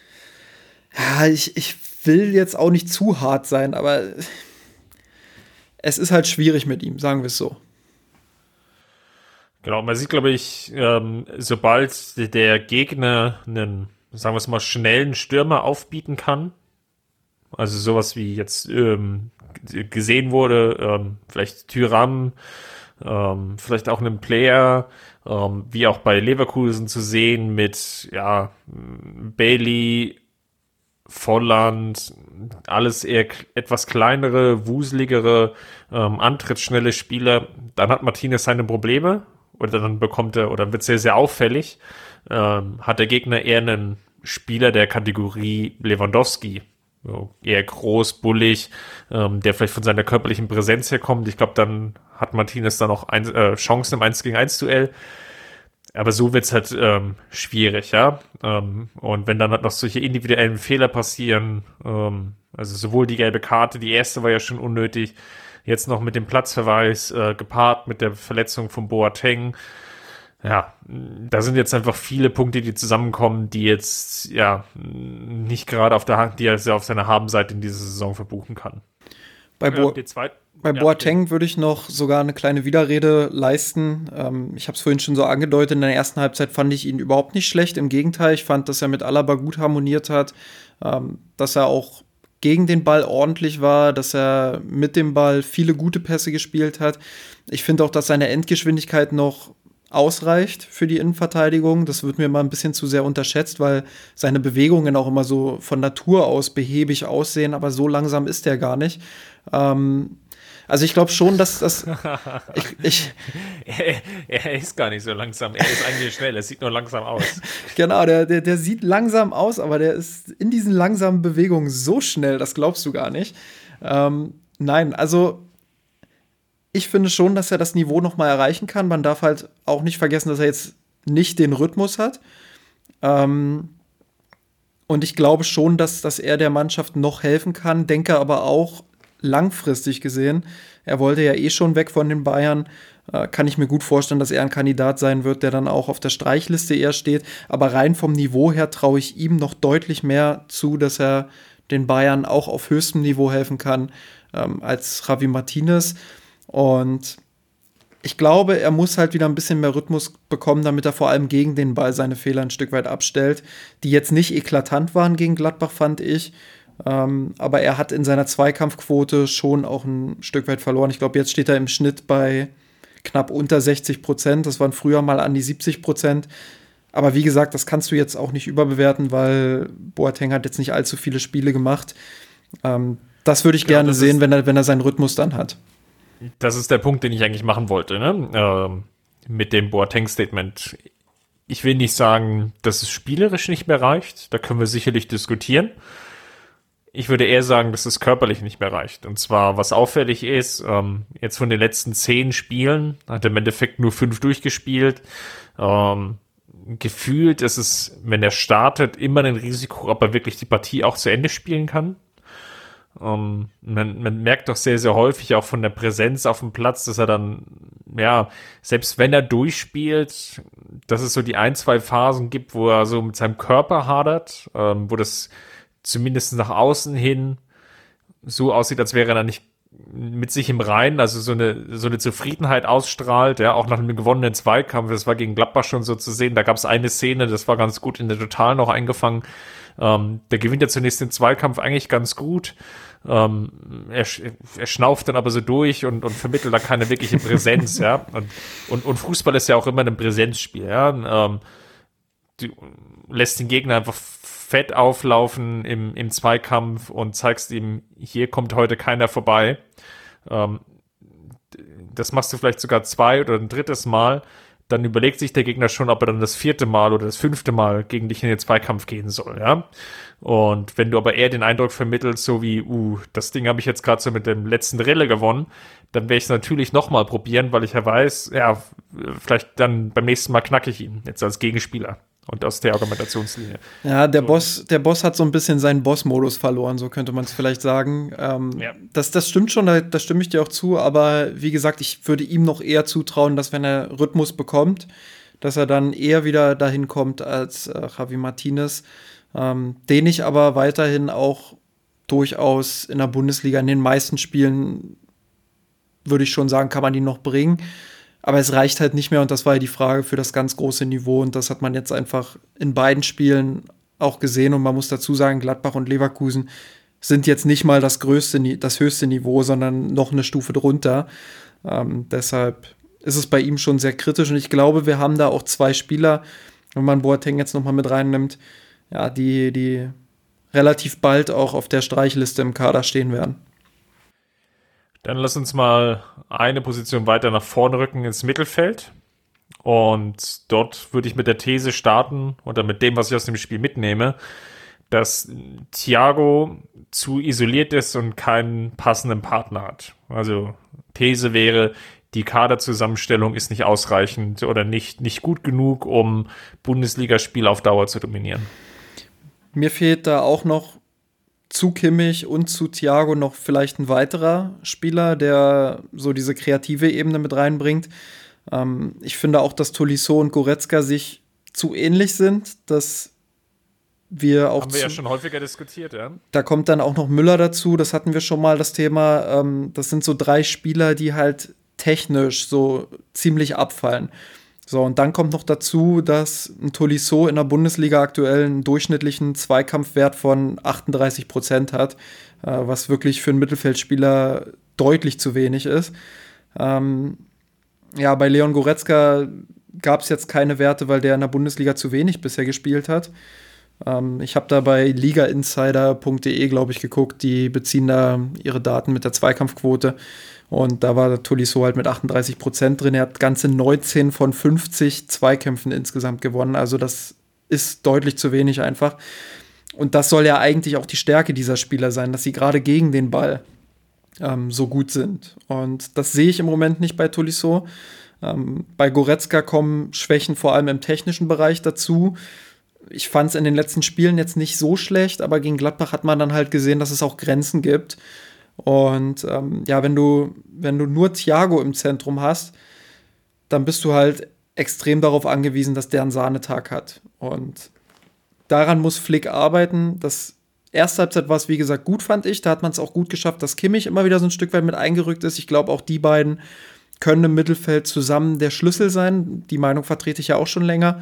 ja, ich will jetzt auch nicht zu hart sein, aber es ist halt schwierig mit ihm, sagen wir es so. Genau, man sieht, glaube ich, sobald der Gegner einen, sagen wir es mal, schnellen Stürmer aufbieten kann, also sowas wie jetzt gesehen wurde, vielleicht Thuram, vielleicht auch einen Player, wie auch bei Leverkusen zu sehen mit, ja, Bailey, Volland, alles eher etwas kleinere, wuseligere, antrittsschnelle Spieler, dann hat Martinez seine Probleme oder dann bekommt er, oder wird sehr, sehr auffällig, hat der Gegner eher einen Spieler der Kategorie Lewandowski, so eher groß, bullig, der vielleicht von seiner körperlichen Präsenz herkommt. Ich glaube, dann hat Martinez dann auch Chancen im 1-gegen-1 Duell. Aber so wird's halt schwierig, ja. Und wenn dann halt noch solche individuellen Fehler passieren, also sowohl die gelbe Karte, die erste war ja schon unnötig, jetzt noch mit dem Platzverweis gepaart mit der Verletzung von Boateng. Ja, da sind jetzt einfach viele Punkte, die zusammenkommen, die jetzt ja nicht gerade auf der Hand, die er auf seiner Habenseite in dieser Saison verbuchen kann. Bei Boateng würde ich noch sogar eine kleine Widerrede leisten. Ich habe es vorhin schon so angedeutet, in der ersten Halbzeit fand ich ihn überhaupt nicht schlecht. Im Gegenteil, ich fand, dass er mit Alaba gut harmoniert hat, dass er auch gegen den Ball ordentlich war, dass er mit dem Ball viele gute Pässe gespielt hat. Ich finde auch, dass seine Endgeschwindigkeit noch ausreicht für die Innenverteidigung. Das wird mir mal ein bisschen zu sehr unterschätzt, weil seine Bewegungen auch immer so von Natur aus behäbig aussehen, aber so langsam ist er gar nicht. Also ich glaube schon, dass das er ist gar nicht so langsam. Er ist eigentlich schnell. Er sieht nur langsam aus. Genau, der sieht langsam aus, aber der ist in diesen langsamen Bewegungen so schnell, das glaubst du gar nicht. Nein, also ich finde schon, dass er das Niveau noch mal erreichen kann. Man darf halt auch nicht vergessen, dass er jetzt nicht den Rhythmus hat. Und ich glaube schon, dass er der Mannschaft noch helfen kann, denke aber auch langfristig gesehen, er wollte ja eh schon weg von den Bayern, kann ich mir gut vorstellen, dass er ein Kandidat sein wird, der dann auch auf der Streichliste eher steht. Aber rein vom Niveau her traue ich ihm noch deutlich mehr zu, dass er den Bayern auch auf höchstem Niveau helfen kann, als Javi Martinez. Und ich glaube, er muss halt wieder ein bisschen mehr Rhythmus bekommen, damit er vor allem gegen den Ball seine Fehler ein Stück weit abstellt, die jetzt nicht eklatant waren gegen Gladbach, fand ich. Aber er hat in seiner Zweikampfquote schon auch ein Stück weit verloren. Ich glaube, jetzt steht er im Schnitt bei knapp unter 60%. Das waren früher mal an die 70%. Aber wie gesagt, das kannst du jetzt auch nicht überbewerten, weil Boateng hat jetzt nicht allzu viele Spiele gemacht. Das würde ich gerne sehen, wenn er seinen Rhythmus dann hat. Das ist der Punkt, den ich eigentlich machen wollte, ne? Mit dem Boateng-Statement. Ich will nicht sagen, dass es spielerisch nicht mehr reicht. Da können wir sicherlich diskutieren. Ich würde eher sagen, dass es körperlich nicht mehr reicht. Und zwar, was auffällig ist, jetzt von den letzten 10 Spielen hat er im Endeffekt nur 5 durchgespielt. Gefühlt ist es, wenn er startet, immer ein Risiko, ob er wirklich die Partie auch zu Ende spielen kann. Man merkt doch sehr, sehr häufig auch von der Präsenz auf dem Platz, dass er dann, ja, selbst wenn er durchspielt, dass es so die 1-2 Phasen gibt, wo er so mit seinem Körper hadert, wo das zumindest nach außen hin so aussieht, als wäre er dann nicht mit sich im Reinen, also so eine Zufriedenheit ausstrahlt, ja, auch nach einem gewonnenen Zweikampf. Das war gegen Gladbach schon so zu sehen. Da gab es eine Szene, das war ganz gut in der Total noch eingefangen. Der gewinnt ja zunächst den Zweikampf eigentlich ganz gut. Er schnauft dann aber so durch und vermittelt da keine wirkliche Präsenz, ja. Und Fußball ist ja auch immer ein Präsenzspiel, ja. Du lässt den Gegner einfach fett auflaufen im Zweikampf und zeigst ihm, hier kommt heute keiner vorbei. Das machst du vielleicht sogar 2 oder ein 3. Mal. Dann überlegt sich der Gegner schon, ob er dann das 4. Mal oder das 5. Mal gegen dich in den Zweikampf gehen soll, ja. Und wenn du aber eher den Eindruck vermittelst, so wie, das Ding habe ich jetzt gerade so mit dem letzten Drille gewonnen, dann werde ich es natürlich nochmal probieren, weil ich ja weiß, ja, vielleicht dann beim nächsten Mal knacke ich ihn, jetzt als Gegenspieler. Und aus der Argumentationslinie. Ja, der Boss hat so ein bisschen seinen Boss-Modus verloren, so könnte man es vielleicht sagen. Ja. Das stimmt schon, da stimme ich dir auch zu, aber wie gesagt, ich würde ihm noch eher zutrauen, dass wenn er Rhythmus bekommt, dass er dann eher wieder dahin kommt als Javi Martinez, den ich aber weiterhin auch durchaus in der Bundesliga in den meisten Spielen, würde ich schon sagen, kann man ihn noch bringen. Aber es reicht halt nicht mehr und das war ja die Frage für das ganz große Niveau und das hat man jetzt einfach in beiden Spielen auch gesehen und man muss dazu sagen, Gladbach und Leverkusen sind jetzt nicht mal das höchste Niveau, sondern noch eine Stufe drunter. Deshalb ist es bei ihm schon sehr kritisch und ich glaube, wir haben da auch 2 Spieler, wenn man Boateng jetzt nochmal mit reinnimmt, ja, die relativ bald auch auf der Streichliste im Kader stehen werden. Dann lass uns mal eine Position weiter nach vorne rücken ins Mittelfeld. Und dort würde ich mit der These starten oder mit dem, was ich aus dem Spiel mitnehme, dass Thiago zu isoliert ist und keinen passenden Partner hat. Also These wäre, die Kaderzusammenstellung ist nicht ausreichend oder nicht gut genug, um Bundesligaspiele auf Dauer zu dominieren. Mir fehlt da auch noch zu Kimmich und zu Thiago noch vielleicht ein weiterer Spieler, der so diese kreative Ebene mit reinbringt. Ich finde auch, dass Tolisso und Goretzka sich zu ähnlich sind, dass wir auch. Haben wir ja schon häufiger diskutiert, ja. Da kommt dann auch noch Müller dazu, das hatten wir schon mal, das Thema. Das sind so 3 Spieler, die halt technisch so ziemlich abfallen. So, und dann kommt noch dazu, dass ein Tolisso in der Bundesliga aktuell einen durchschnittlichen Zweikampfwert von 38% hat, was wirklich für einen Mittelfeldspieler deutlich zu wenig ist. Ja, bei Leon Goretzka gab es jetzt keine Werte, weil der in der Bundesliga zu wenig bisher gespielt hat. Ich habe da bei ligainsider.de, glaube ich, geguckt, die beziehen da ihre Daten mit der Zweikampfquote. Und da war Tolisso halt mit 38% drin. Er hat ganze 19 von 50 Zweikämpfen insgesamt gewonnen. Also das ist deutlich zu wenig einfach. Und das soll ja eigentlich auch die Stärke dieser Spieler sein, dass sie gerade gegen den Ball so gut sind. Und das sehe ich im Moment nicht bei Tolisso. Bei Goretzka kommen Schwächen vor allem im technischen Bereich dazu. ich fand es in den letzten Spielen jetzt nicht so schlecht, aber gegen Gladbach hat man dann halt gesehen, dass es auch Grenzen gibt. Und wenn du nur Thiago im Zentrum hast, dann bist du halt extrem darauf angewiesen, dass der einen Sahnetag hat. Und daran muss Flick arbeiten. Das erste Halbzeit war es, wie gesagt, gut, fand ich. Da hat man es auch gut geschafft, dass Kimmich immer wieder so ein Stück weit mit eingerückt ist. Ich glaube, auch die beiden können im Mittelfeld zusammen der Schlüssel sein. Die Meinung vertrete ich ja auch schon länger.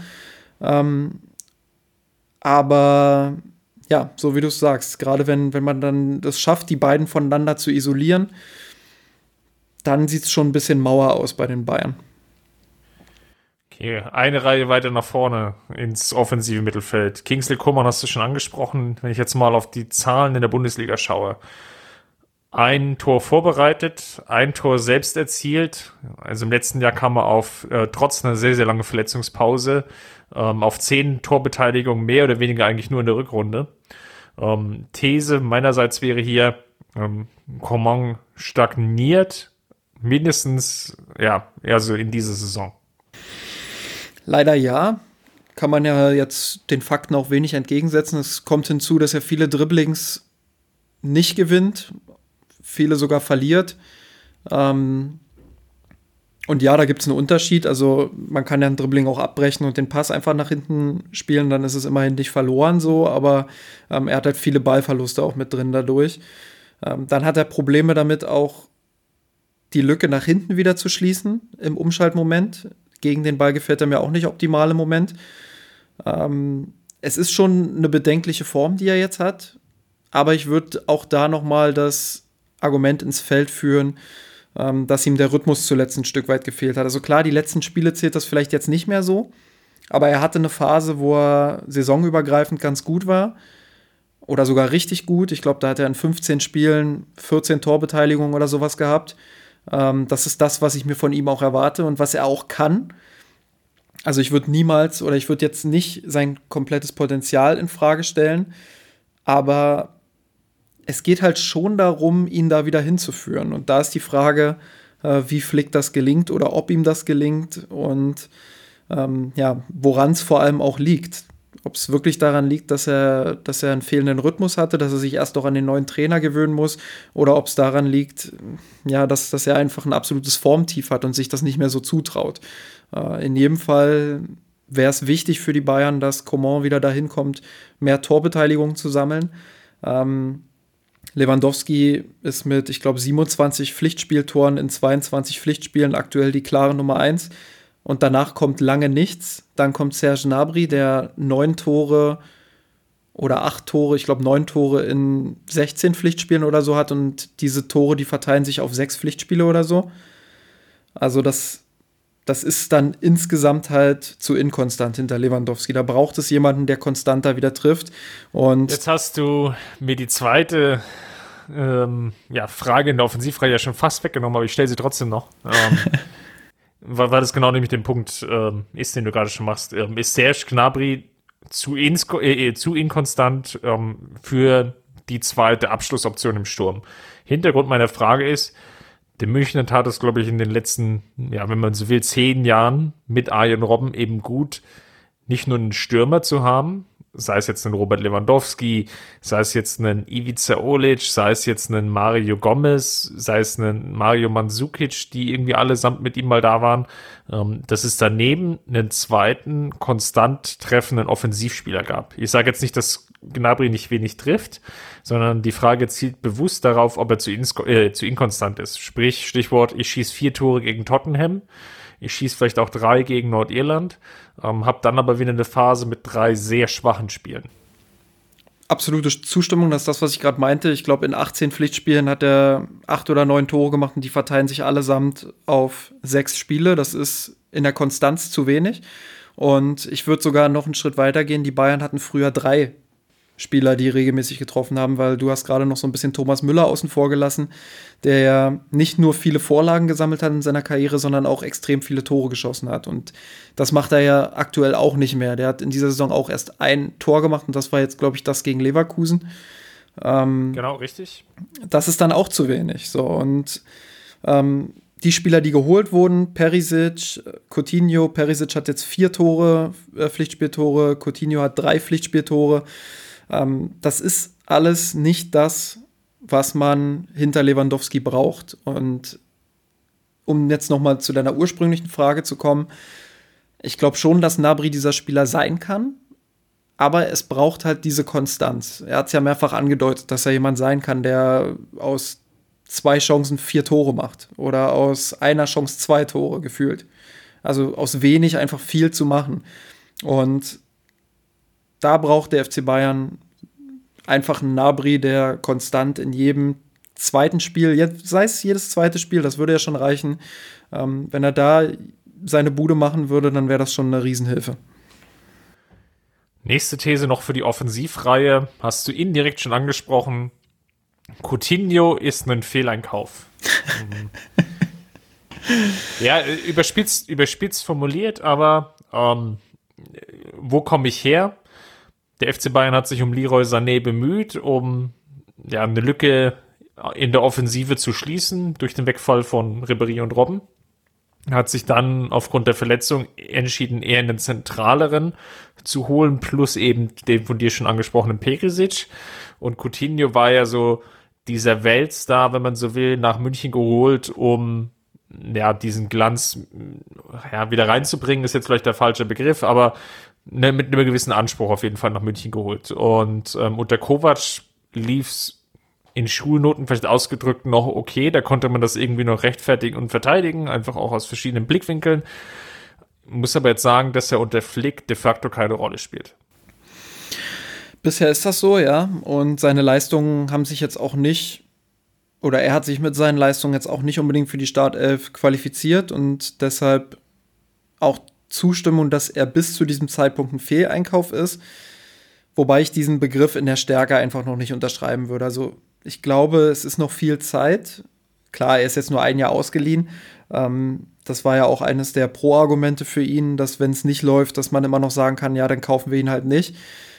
Aber ja, so wie du es sagst, gerade wenn man dann das schafft, die beiden voneinander zu isolieren, dann sieht es schon ein bisschen Mauer aus bei den Bayern. Okay, eine Reihe weiter nach vorne ins offensive Mittelfeld. Kingsley Coman hast du schon angesprochen. Wenn ich jetzt mal auf die Zahlen in der Bundesliga schaue. Ein Tor vorbereitet, ein Tor selbst erzielt. Also im letzten Jahr kam er trotz einer sehr, sehr langen Verletzungspause auf 10 Torbeteiligungen, mehr oder weniger eigentlich nur in der Rückrunde. These meinerseits wäre hier, Coman stagniert mindestens, also in dieser Saison. Leider ja. Kann man ja jetzt den Fakten auch wenig entgegensetzen. Es kommt hinzu, dass er viele Dribblings nicht gewinnt, viele sogar verliert. Und ja, da gibt es einen Unterschied. Also man kann ja ein Dribbling auch abbrechen und den Pass einfach nach hinten spielen, dann ist es immerhin nicht verloren so, aber er hat halt viele Ballverluste auch mit drin dadurch. Dann hat er Probleme damit, auch die Lücke nach hinten wieder zu schließen im Umschaltmoment. Gegen den Ball gefällt er mir auch nicht optimal im Moment. Es ist schon eine bedenkliche Form, die er jetzt hat, aber ich würde auch da nochmal das Argument ins Feld führen, dass ihm der Rhythmus zuletzt ein Stück weit gefehlt hat. Also klar, die letzten Spiele zählt das vielleicht jetzt nicht mehr so, aber er hatte eine Phase, wo er saisonübergreifend ganz gut war oder sogar richtig gut. Ich glaube, da hat er in 15 Spielen 14 Torbeteiligungen oder sowas gehabt. Das ist das, was ich mir von ihm auch erwarte und was er auch kann. Also ich würde jetzt nicht sein komplettes Potenzial in Frage stellen, aber es geht halt schon darum, ihn da wieder hinzuführen. Und da ist die Frage, wie Flick das gelingt oder ob ihm das gelingt und woran es vor allem auch liegt. Ob es wirklich daran liegt, dass er einen fehlenden Rhythmus hatte, dass er sich erst noch an den neuen Trainer gewöhnen muss, oder ob es daran liegt, dass er einfach ein absolutes Formtief hat und sich das nicht mehr so zutraut. In jedem Fall wäre es wichtig für die Bayern, dass Coman wieder dahin kommt, mehr Torbeteiligung zu sammeln. Lewandowski ist mit, ich glaube, 27 Pflichtspieltoren in 22 Pflichtspielen aktuell die klare Nummer 1. Und danach kommt lange nichts. Dann kommt Serge Gnabry, der 9 Tore oder 8 Tore, ich glaube 9 Tore in 16 Pflichtspielen oder so hat. Und diese Tore, die verteilen sich auf 6 Pflichtspiele oder so. Also das ist dann insgesamt halt zu inkonstant hinter Lewandowski. Da braucht es jemanden, der konstanter wieder trifft. Und jetzt hast du mir die zweite Frage in der Offensivreihe ja schon fast weggenommen, aber ich stelle sie trotzdem noch. Weil das genau nämlich den Punkt ist, den du gerade schon machst. Ist Serge Gnabry zu inkonstant für die zweite Abschlussoption im Sturm? Hintergrund meiner Frage ist, der Münchner tat es, glaube ich, in den letzten, wenn man so will, 10 Jahren mit Arjen Robben eben gut, nicht nur einen Stürmer zu haben, sei es jetzt einen Robert Lewandowski, sei es jetzt einen Ivica Olic, sei es jetzt einen Mario Gomez, sei es einen Mario Mandzukic, die irgendwie allesamt mit ihm mal da waren, dass es daneben einen zweiten, konstant treffenden Offensivspieler gab. Ich sage jetzt nicht, dass Gnabry nicht wenig trifft, sondern die Frage zielt bewusst darauf, ob er zu inkonstant ist. Sprich, Stichwort, ich schieße 4 Tore gegen Tottenham, ich schieße vielleicht auch 3 gegen Nordirland, habe dann aber wieder eine Phase mit 3 sehr schwachen Spielen. Absolute Zustimmung, das ist das, was ich gerade meinte. Ich glaube, in 18 Pflichtspielen hat er 8 oder 9 Tore gemacht und die verteilen sich allesamt auf 6 Spiele. Das ist in der Konstanz zu wenig. Und ich würde sogar noch einen Schritt weiter gehen. Die Bayern hatten früher 3 Spieler, die regelmäßig getroffen haben, weil du hast gerade noch so ein bisschen Thomas Müller außen vor gelassen, der ja nicht nur viele Vorlagen gesammelt hat in seiner Karriere, sondern auch extrem viele Tore geschossen hat. Und das macht er ja aktuell auch nicht mehr. Der hat in dieser Saison auch erst 1 Tor gemacht und das war jetzt, glaube ich, das gegen Leverkusen. Genau, richtig. Das ist dann auch zu wenig. So. Und die Spieler, die geholt wurden, Perisic, Coutinho, Perisic hat jetzt 4 Tore, Pflichtspieltore, Coutinho hat 3 Pflichtspieltore. Das ist alles nicht das, was man hinter Lewandowski braucht. Und um jetzt nochmal zu deiner ursprünglichen Frage zu kommen, ich glaube schon, dass Gnabry dieser Spieler sein kann, aber es braucht halt diese Konstanz. Er hat es ja mehrfach angedeutet, dass er jemand sein kann, der aus 2 Chancen 4 Tore macht oder aus einer Chance 2 Tore gefühlt. Also aus wenig einfach viel zu machen. Und da braucht der FC Bayern einfach einen Gnabry, der konstant in jedem zweiten Spiel, sei es jedes zweite Spiel, das würde ja schon reichen. Wenn er da seine Bude machen würde, dann wäre das schon eine Riesenhilfe. Nächste These noch für die Offensivreihe. Hast du indirekt schon angesprochen. Coutinho ist ein Fehleinkauf. Ja, überspitzt formuliert, aber wo komme ich her? Der FC Bayern hat sich um Leroy Sané bemüht, um eine Lücke in der Offensive zu schließen durch den Wegfall von Ribéry und Robben. Hat sich dann aufgrund der Verletzung entschieden, eher einen zentraleren zu holen, plus eben den von dir schon angesprochenen Perisic. Und Coutinho war ja so dieser Weltstar, wenn man so will, nach München geholt, um diesen Glanz wieder reinzubringen, ist jetzt vielleicht der falsche Begriff, aber mit einem gewissen Anspruch auf jeden Fall nach München geholt. Und unter Kovac lief's in Schulnoten vielleicht ausgedrückt noch okay, da konnte man das irgendwie noch rechtfertigen und verteidigen, einfach auch aus verschiedenen Blickwinkeln. Muss aber jetzt sagen, dass er unter Flick de facto keine Rolle spielt. Bisher ist das so, ja. Und seine Leistungen haben sich jetzt auch nicht, oder er hat sich mit seinen Leistungen jetzt auch nicht unbedingt für die Startelf qualifiziert und deshalb auch Zustimmung, dass er bis zu diesem Zeitpunkt ein Fehleinkauf ist. Wobei ich diesen Begriff in der Stärke einfach noch nicht unterschreiben würde. Also ich glaube, es ist noch viel Zeit. Klar, er ist jetzt nur ein Jahr ausgeliehen. Das war ja auch eines der Pro-Argumente für ihn, dass wenn es nicht läuft, dass man immer noch sagen kann, ja, dann kaufen wir ihn halt nicht.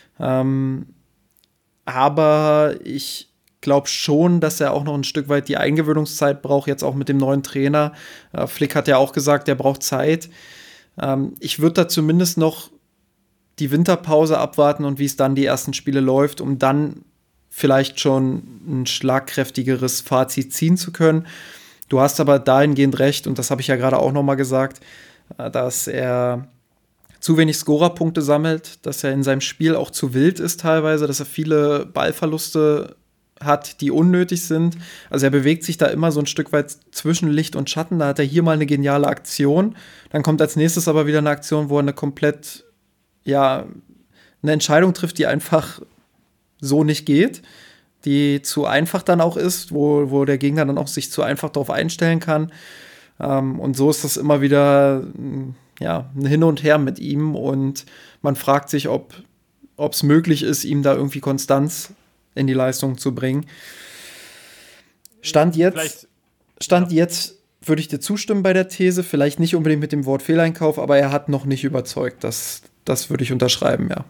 Aber ich glaube schon, dass er auch noch ein Stück weit die Eingewöhnungszeit braucht, jetzt auch mit dem neuen Trainer. Flick hat ja auch gesagt, er braucht Zeit. Ich würde da zumindest noch die Winterpause abwarten und wie es dann die ersten Spiele läuft, um dann vielleicht schon ein schlagkräftigeres Fazit ziehen zu können. Du hast aber dahingehend recht, und das habe ich ja gerade auch noch mal gesagt, dass er zu wenig Scorerpunkte sammelt, dass er in seinem Spiel auch zu wild ist teilweise, dass er viele Ballverluste hat, die unnötig sind. Also er bewegt sich da immer so ein Stück weit zwischen Licht und Schatten. Da hat er hier mal eine geniale Aktion. Dann kommt als nächstes aber wieder eine Aktion, wo er eine Entscheidung trifft, die einfach so nicht geht, die zu einfach dann auch ist, wo der Gegner dann auch sich zu einfach darauf einstellen kann. Und so ist das immer wieder ein Hin und Her mit ihm und man fragt sich, ob es möglich ist, ihm da irgendwie Konstanz in die Leistung zu bringen. Stand jetzt würde ich dir zustimmen bei der These, vielleicht nicht unbedingt mit dem Wort Fehleinkauf, aber er hat noch nicht überzeugt. Das würde ich unterschreiben, ja.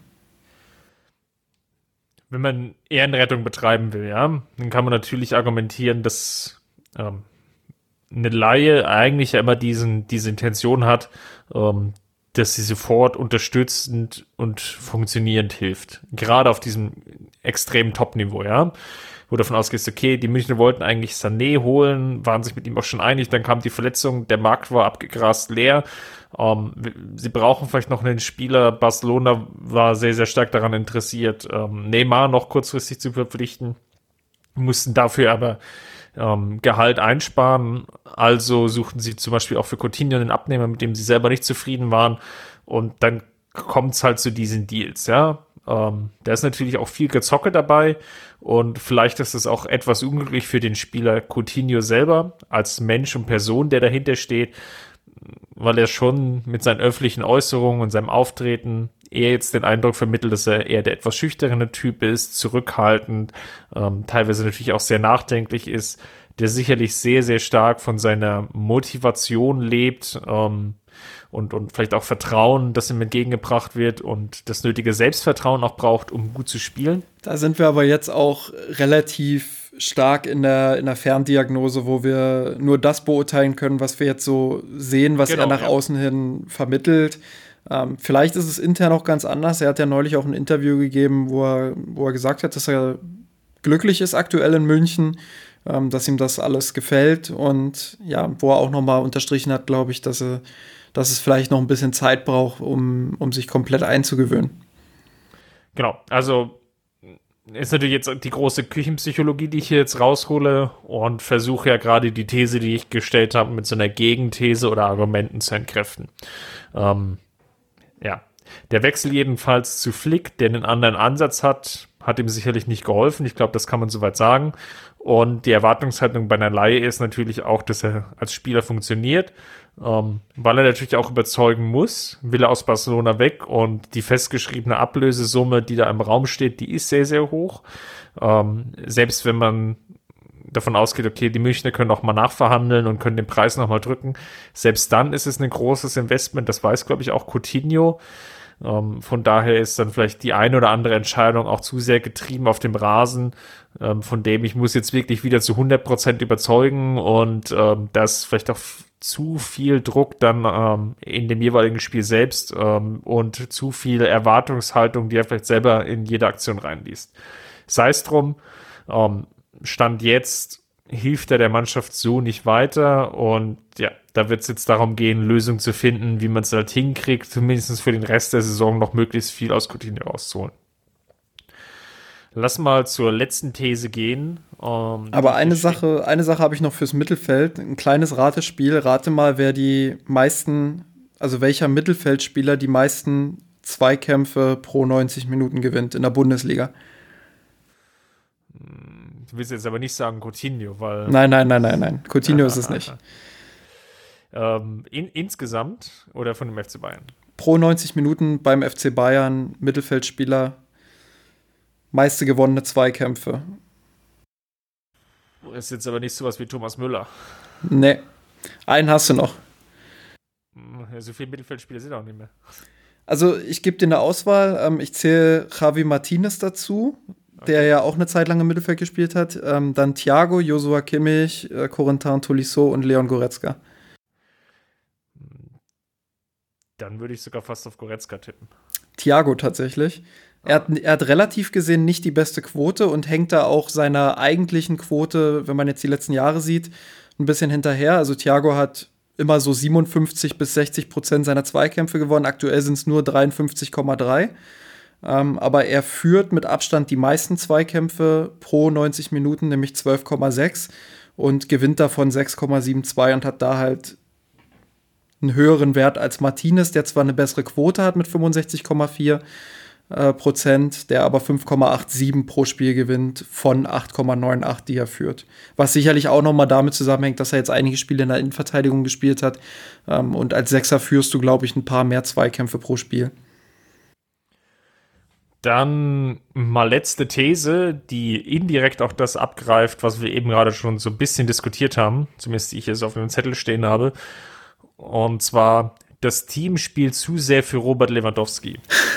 Wenn man Ehrenrettung betreiben will, ja, dann kann man natürlich argumentieren, dass eine Laie eigentlich ja immer diese Intention hat, dass sie sofort unterstützend und funktionierend hilft. Gerade auf diesem extremen Top-Niveau, ja. Wo davon ausgehst, okay, die Münchner wollten eigentlich Sané holen, waren sich mit ihm auch schon einig, dann kam die Verletzung, der Markt war abgegrast leer. Sie brauchen vielleicht noch einen Spieler. Barcelona war sehr, sehr stark daran interessiert, Neymar noch kurzfristig zu verpflichten, mussten dafür aber Gehalt einsparen. Also suchten sie zum Beispiel auch für Coutinho einen Abnehmer, mit dem sie selber nicht zufrieden waren. Und dann kommt es halt zu diesen Deals, ja. Da ist natürlich auch viel Gezocke dabei und vielleicht ist es auch etwas unglücklich für den Spieler Coutinho selber als Mensch und Person, der dahinter steht, weil er schon mit seinen öffentlichen Äußerungen und seinem Auftreten eher jetzt den Eindruck vermittelt, dass er eher der etwas schüchterne Typ ist, zurückhaltend, teilweise natürlich auch sehr nachdenklich ist, der sicherlich sehr, sehr stark von seiner Motivation lebt, und vielleicht auch Vertrauen, das ihm entgegengebracht wird und das nötige Selbstvertrauen auch braucht, um gut zu spielen. Da sind wir aber jetzt auch relativ stark in der Ferndiagnose, wo wir nur das beurteilen können, was wir jetzt so sehen, was er nach außen hin vermittelt. Vielleicht ist es intern auch ganz anders. Er hat ja neulich auch ein Interview gegeben, wo er gesagt hat, dass er glücklich ist aktuell in München, dass ihm das alles gefällt und ja, wo er auch nochmal unterstrichen hat, glaube ich, dass es vielleicht noch ein bisschen Zeit braucht, um sich komplett einzugewöhnen. Genau, also ist natürlich jetzt die große Küchenpsychologie, die ich hier jetzt raushole und versuche ja gerade die These, die ich gestellt habe, mit so einer Gegenthese oder Argumenten zu entkräften. Ja, der Wechsel jedenfalls zu Flick, der einen anderen Ansatz hat ihm sicherlich nicht geholfen. Ich glaube, das kann man soweit sagen. Und die Erwartungshaltung bei einer Leihe ist natürlich auch, dass er als Spieler funktioniert, weil er natürlich auch überzeugen muss, will er aus Barcelona weg und die festgeschriebene Ablösesumme, die da im Raum steht, die ist sehr, sehr hoch. Selbst wenn man davon ausgeht, okay, die Münchner können auch mal nachverhandeln und können den Preis noch mal drücken, selbst dann ist es ein großes Investment, das weiß, glaube ich, auch Coutinho. Von daher ist dann vielleicht die eine oder andere Entscheidung auch zu sehr getrieben auf dem Rasen, von dem ich muss jetzt wirklich wieder zu 100% überzeugen und das vielleicht auch zu viel Druck dann in dem jeweiligen Spiel selbst und zu viel Erwartungshaltung, die er vielleicht selber in jede Aktion reinliest. Sei es drum, Stand jetzt hilft er der Mannschaft so nicht weiter und ja, da wird es jetzt darum gehen, Lösungen zu finden, wie man es halt hinkriegt, zumindest für den Rest der Saison noch möglichst viel aus Coutinho rauszuholen. Lass mal zur letzten These gehen. Aber eine Sache habe ich noch fürs Mittelfeld, ein kleines Ratespiel. Rate mal, welcher Mittelfeldspieler die meisten Zweikämpfe pro 90 Minuten gewinnt in der Bundesliga. Du willst jetzt aber nicht sagen Coutinho, weil... Nein. Coutinho ist es nicht. Insgesamt oder von dem FC Bayern? Pro 90 Minuten beim FC Bayern, Mittelfeldspieler, meiste gewonnene Zweikämpfe. Ist jetzt aber nicht sowas wie Thomas Müller. Nee, einen hast du noch. So viele Mittelfeldspieler sind auch nicht mehr. Also ich gebe dir eine Auswahl. Ich zähle Javi Martinez dazu, der ja auch eine Zeit lang im Mittelfeld gespielt hat. Dann Thiago, Joshua Kimmich, Corentin Tolisso und Leon Goretzka. Dann würde ich sogar fast auf Goretzka tippen. Thiago tatsächlich. Er hat relativ gesehen nicht die beste Quote und hängt da auch seiner eigentlichen Quote, wenn man jetzt die letzten Jahre sieht, ein bisschen hinterher. Also Thiago hat immer so 57-60% seiner Zweikämpfe gewonnen. Aktuell sind es nur 53,3. Aber er führt mit Abstand die meisten Zweikämpfe pro 90 Minuten, nämlich 12,6 und gewinnt davon 6,72 und hat da halt einen höheren Wert als Martinez, der zwar eine bessere Quote hat mit 65,4%, der aber 5,87 pro Spiel gewinnt von 8,98, die er führt. Was sicherlich auch noch mal damit zusammenhängt, dass er jetzt einige Spiele in der Innenverteidigung gespielt hat. Und als Sechser führst du, glaube ich, ein paar mehr Zweikämpfe pro Spiel. Dann mal letzte These, die indirekt auch das abgreift, was wir eben gerade schon so ein bisschen diskutiert haben, zumindest ich es auf dem Zettel stehen habe. Und zwar, das Team spielt zu sehr für Robert Lewandowski.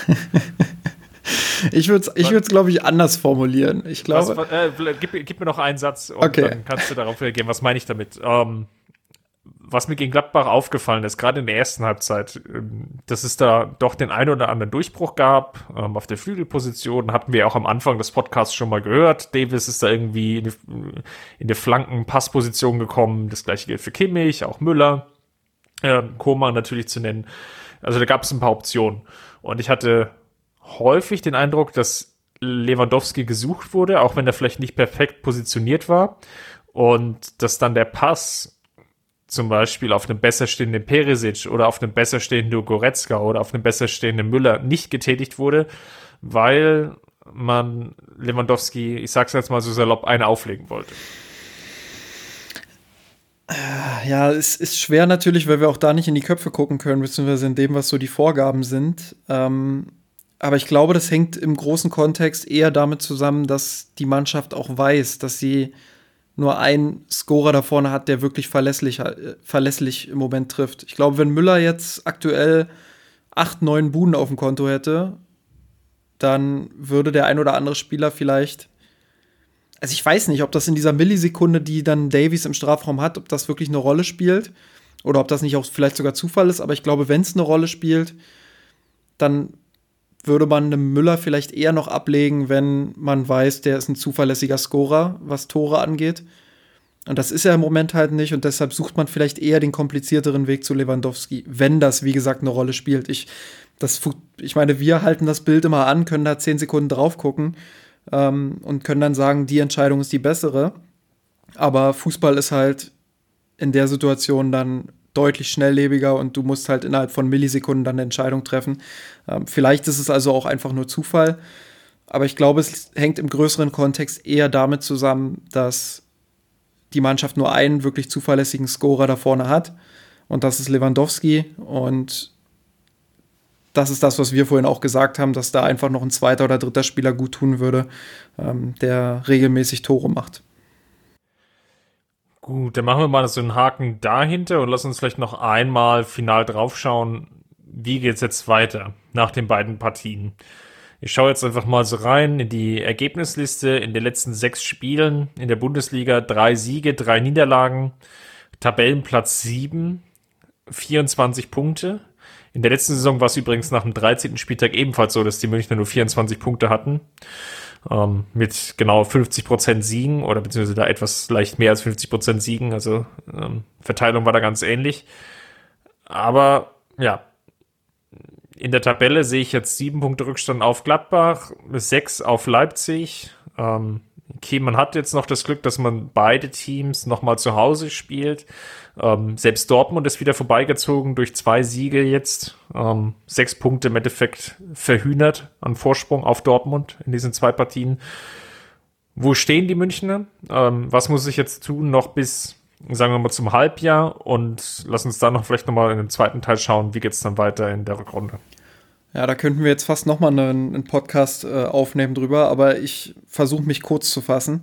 Ich würde es, glaube ich, anders formulieren. Ich glaube. Gib mir noch einen Satz und okay. Dann kannst du darauf reagieren. Was meine ich damit? Was mir gegen Gladbach aufgefallen ist, gerade in der ersten Halbzeit, dass es da doch den einen oder anderen Durchbruch gab. Auf der Flügelposition hatten wir auch am Anfang des Podcasts schon mal gehört. Davis ist da irgendwie in der Flanken-Passposition gekommen. Das gleiche gilt für Kimmich, auch Müller. Koman natürlich zu nennen. Also da gab es ein paar Optionen. Und ich hatte häufig den Eindruck, dass Lewandowski gesucht wurde, auch wenn er vielleicht nicht perfekt positioniert war. Und dass dann der Pass zum Beispiel auf einem besser stehenden Perisic oder auf einem besser stehenden Goretzka oder auf einem besser stehenden Müller nicht getätigt wurde, weil man Lewandowski, ich sag's jetzt mal so salopp, eine auflegen wollte. Ja, es ist schwer natürlich, weil wir auch da nicht in die Köpfe gucken können, beziehungsweise in dem, was so die Vorgaben sind. Aber ich glaube, das hängt im großen Kontext eher damit zusammen, dass die Mannschaft auch weiß, dass sie nur einen Scorer da vorne hat, der wirklich verlässlich im Moment trifft. Ich glaube, wenn Müller jetzt aktuell 8, 9 Buden auf dem Konto hätte, dann würde der ein oder andere Spieler vielleicht also ich weiß nicht, ob das in dieser Millisekunde, die dann Davies im Strafraum hat, ob das wirklich eine Rolle spielt oder ob das nicht auch vielleicht sogar Zufall ist. Aber ich glaube, wenn es eine Rolle spielt, dann würde man einem Müller vielleicht eher noch ablegen, wenn man weiß, der ist ein zuverlässiger Scorer, was Tore angeht. Und das ist er im Moment halt nicht. Und deshalb sucht man vielleicht eher den komplizierteren Weg zu Lewandowski, wenn das, wie gesagt, eine Rolle spielt. Ich meine, wir halten das Bild immer an, können da 10 Sekunden drauf gucken und können dann sagen, die Entscheidung ist die bessere. Aber Fußball ist halt in der Situation dann deutlich schnelllebiger und du musst halt innerhalb von Millisekunden dann eine Entscheidung treffen. Vielleicht ist es also auch einfach nur Zufall. Aber ich glaube, es hängt im größeren Kontext eher damit zusammen, dass die Mannschaft nur einen wirklich zuverlässigen Scorer da vorne hat. Und das ist Lewandowski. Und das ist das, was wir vorhin auch gesagt haben, dass da einfach noch ein zweiter oder dritter Spieler gut tun würde, der regelmäßig Tore macht. Gut, dann machen wir mal so einen Haken dahinter und lass uns vielleicht noch einmal final draufschauen, wie geht's jetzt weiter nach den beiden Partien. Ich schaue jetzt einfach mal so rein in die Ergebnisliste in den letzten 6 Spielen in der Bundesliga. 3 Siege, 3 Niederlagen, Tabellenplatz 7, 24 Punkte. In der letzten Saison war es übrigens nach dem 13. Spieltag ebenfalls so, dass die Münchner nur 24 Punkte hatten. Mit genau 50% Siegen oder beziehungsweise da etwas leicht mehr als 50% Siegen. Also Verteilung war da ganz ähnlich. Aber ja, in der Tabelle sehe ich jetzt 7 Punkte Rückstand auf Gladbach, 6 auf Leipzig. Okay, man hat jetzt noch das Glück, dass man beide Teams nochmal zu Hause spielt. Selbst Dortmund ist wieder vorbeigezogen durch 2 Siege jetzt. 6 Punkte im Endeffekt verhühnert an Vorsprung auf Dortmund in diesen 2 Partien. Wo stehen die Münchner? Was muss ich jetzt tun noch bis, sagen wir mal, zum Halbjahr? Und lass uns da noch vielleicht nochmal in den zweiten Teil schauen, wie geht's dann weiter in der Rückrunde. Ja, da könnten wir jetzt fast nochmal einen Podcast aufnehmen drüber, aber ich versuche mich kurz zu fassen.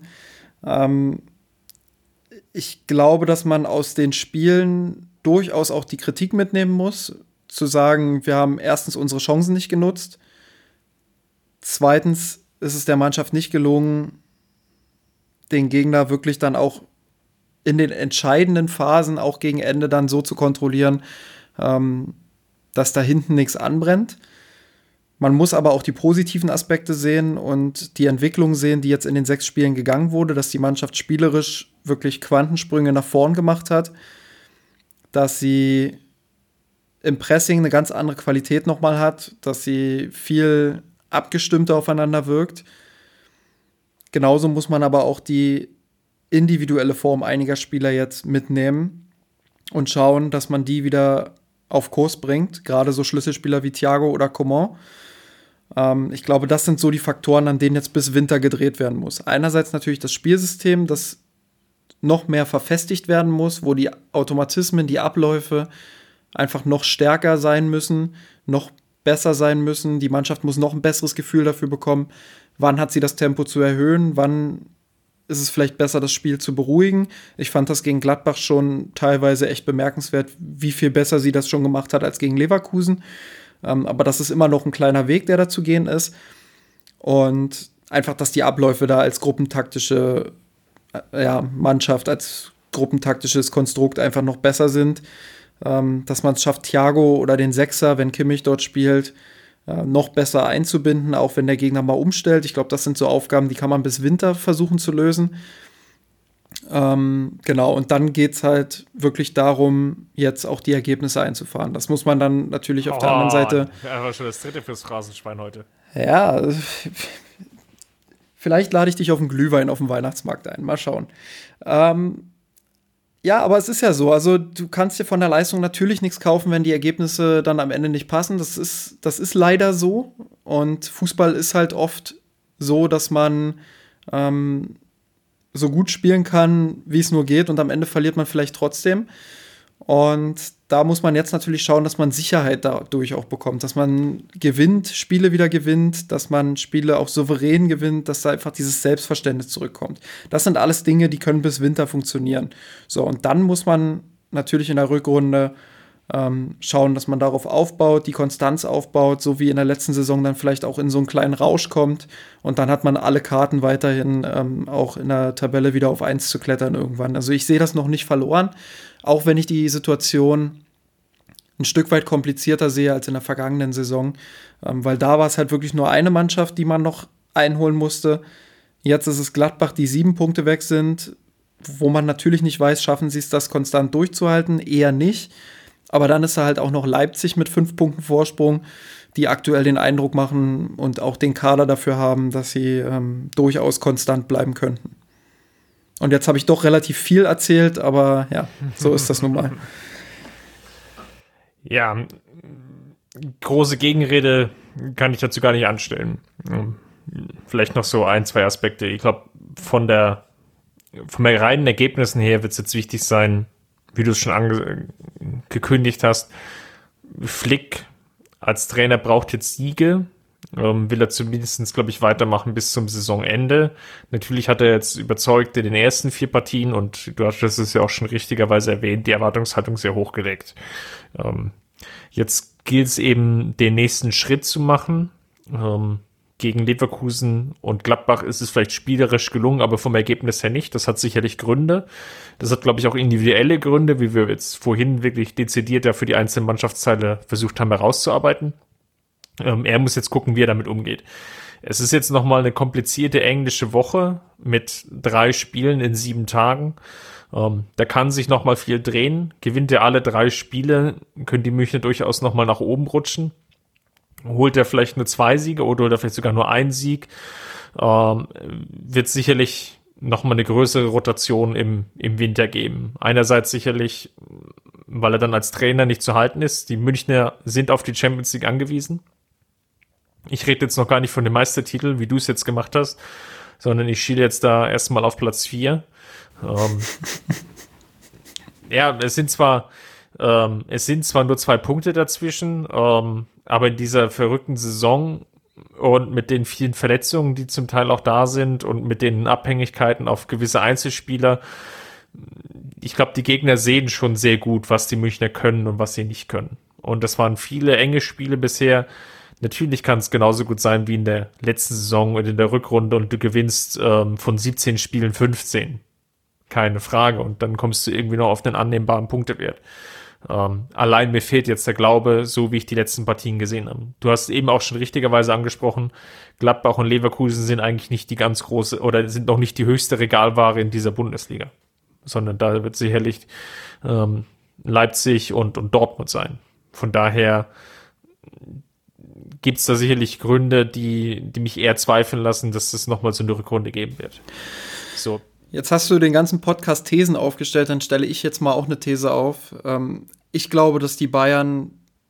Ich glaube, dass man aus den Spielen durchaus auch die Kritik mitnehmen muss, zu sagen, wir haben erstens unsere Chancen nicht genutzt, zweitens ist es der Mannschaft nicht gelungen, den Gegner wirklich dann auch in den entscheidenden Phasen, auch gegen Ende dann so zu kontrollieren, dass da hinten nichts anbrennt. Man muss aber auch die positiven Aspekte sehen und die Entwicklung sehen, die jetzt in den 6 Spielen gegangen wurde, dass die Mannschaft spielerisch wirklich Quantensprünge nach vorn gemacht hat, dass sie im Pressing eine ganz andere Qualität nochmal hat, dass sie viel abgestimmter aufeinander wirkt. Genauso muss man aber auch die individuelle Form einiger Spieler jetzt mitnehmen und schauen, dass man die wieder auf Kurs bringt, gerade so Schlüsselspieler wie Thiago oder Coman. Ich glaube, das sind so die Faktoren, an denen jetzt bis Winter gedreht werden muss. Einerseits natürlich das Spielsystem, das noch mehr verfestigt werden muss, wo die Automatismen, die Abläufe einfach noch stärker sein müssen, noch besser sein müssen. Die Mannschaft muss noch ein besseres Gefühl dafür bekommen, wann hat sie das Tempo zu erhöhen, wann ist es vielleicht besser, das Spiel zu beruhigen. Ich fand das gegen Gladbach schon teilweise echt bemerkenswert, wie viel besser sie das schon gemacht hat als gegen Leverkusen. Aber das ist immer noch ein kleiner Weg, der da zu gehen ist. Und einfach, dass die Abläufe da als gruppentaktische Mannschaft, als gruppentaktisches Konstrukt einfach noch besser sind. Dass man es schafft, Thiago oder den Sechser, wenn Kimmich dort spielt, noch besser einzubinden, auch wenn der Gegner mal umstellt. Ich glaube, das sind so Aufgaben, die kann man bis Winter versuchen zu lösen. Genau, und dann geht es halt wirklich darum, jetzt auch die Ergebnisse einzufahren. Das muss man dann natürlich auf der anderen Seite. Ja, war schon das 3. fürs Phrasenschwein heute. Ja, vielleicht lade ich dich auf einen Glühwein auf dem Weihnachtsmarkt ein. Mal schauen. Ja, aber es ist ja so. Also, du kannst dir von der Leistung natürlich nichts kaufen, wenn die Ergebnisse dann am Ende nicht passen. Das ist leider so. Und Fußball ist halt oft so, dass man so gut spielen kann, wie es nur geht. Und am Ende verliert man vielleicht trotzdem. Und da muss man jetzt natürlich schauen, dass man Sicherheit dadurch auch bekommt, dass man gewinnt, Spiele wieder gewinnt, dass man Spiele auch souverän gewinnt, dass da einfach dieses Selbstverständnis zurückkommt. Das sind alles Dinge, die können bis Winter funktionieren. So, und dann muss man natürlich in der Rückrunde Schauen, dass man darauf aufbaut, die Konstanz aufbaut, so wie in der letzten Saison dann vielleicht auch in so einen kleinen Rausch kommt und dann hat man alle Karten weiterhin auch in der Tabelle wieder auf 1 zu klettern irgendwann. Also ich sehe das noch nicht verloren, auch wenn ich die Situation ein Stück weit komplizierter sehe als in der vergangenen Saison, weil da war es halt wirklich nur eine Mannschaft, die man noch einholen musste. Jetzt ist es Gladbach, die 7 Punkte weg sind, wo man natürlich nicht weiß, schaffen sie es, das konstant durchzuhalten, eher nicht. Aber dann ist da halt auch noch Leipzig mit 5 Punkten Vorsprung, die aktuell den Eindruck machen und auch den Kader dafür haben, dass sie durchaus konstant bleiben könnten. Und jetzt habe ich doch relativ viel erzählt, aber ja, so ist das nun mal. Ja, große Gegenrede kann ich dazu gar nicht anstellen. Vielleicht noch so 1, 2 Aspekte. Ich glaube, von den reinen Ergebnissen her wird es jetzt wichtig sein, wie du es schon angekündigt hast. Flick als Trainer braucht jetzt Siege. Will er zumindest, glaube ich, weitermachen bis zum Saisonende. Natürlich hat er jetzt überzeugt in den ersten 4 Partien und du hast es ja auch schon richtigerweise erwähnt, die Erwartungshaltung sehr hochgelegt. Jetzt gilt es eben, den nächsten Schritt zu machen. Gegen Leverkusen und Gladbach ist es vielleicht spielerisch gelungen, aber vom Ergebnis her nicht. Das hat sicherlich Gründe. Das hat, glaube ich, auch individuelle Gründe, wie wir jetzt vorhin wirklich dezidiert ja für die einzelnen Mannschaftsteile versucht haben herauszuarbeiten. Er muss jetzt gucken, wie er damit umgeht. Es ist jetzt nochmal eine komplizierte englische Woche mit 3 Spielen in 7 Tagen. Da kann sich nochmal viel drehen. Gewinnt er alle 3 Spiele, können die Münchner durchaus nochmal nach oben rutschen. Holt er vielleicht nur 2 Siege oder holt er vielleicht sogar nur 1 Sieg, wird sicherlich nochmal eine größere Rotation im Winter geben. Einerseits sicherlich, weil er dann als Trainer nicht zu halten ist. Die Münchner sind auf die Champions League angewiesen. Ich rede jetzt noch gar nicht von dem Meistertitel, wie du es jetzt gemacht hast, sondern ich schiele jetzt da erstmal auf Platz 4. Ja, es sind zwar nur 2 Punkte dazwischen, aber in dieser verrückten Saison und mit den vielen Verletzungen, die zum Teil auch da sind und mit den Abhängigkeiten auf gewisse Einzelspieler, ich glaube, die Gegner sehen schon sehr gut, was die Münchner können und was sie nicht können. Und das waren viele enge Spiele bisher. Natürlich kann es genauso gut sein wie in der letzten Saison und in der Rückrunde und du gewinnst von 17 Spielen 15. Keine Frage. Und dann kommst du irgendwie noch auf einen annehmbaren Punktewert. Allein mir fehlt jetzt der Glaube, so wie ich die letzten Partien gesehen habe. Du hast eben auch schon richtigerweise angesprochen, Gladbach und Leverkusen sind eigentlich nicht die ganz große oder sind noch nicht die höchste Regalware in dieser Bundesliga, sondern da wird sicherlich Leipzig und Dortmund sein. Von daher gibt es da sicherlich Gründe, die mich eher zweifeln lassen, dass es nochmal so eine Rückrunde geben wird. So. Jetzt hast du den ganzen Podcast Thesen aufgestellt, dann stelle ich jetzt mal auch eine These auf. Ich glaube, dass die Bayern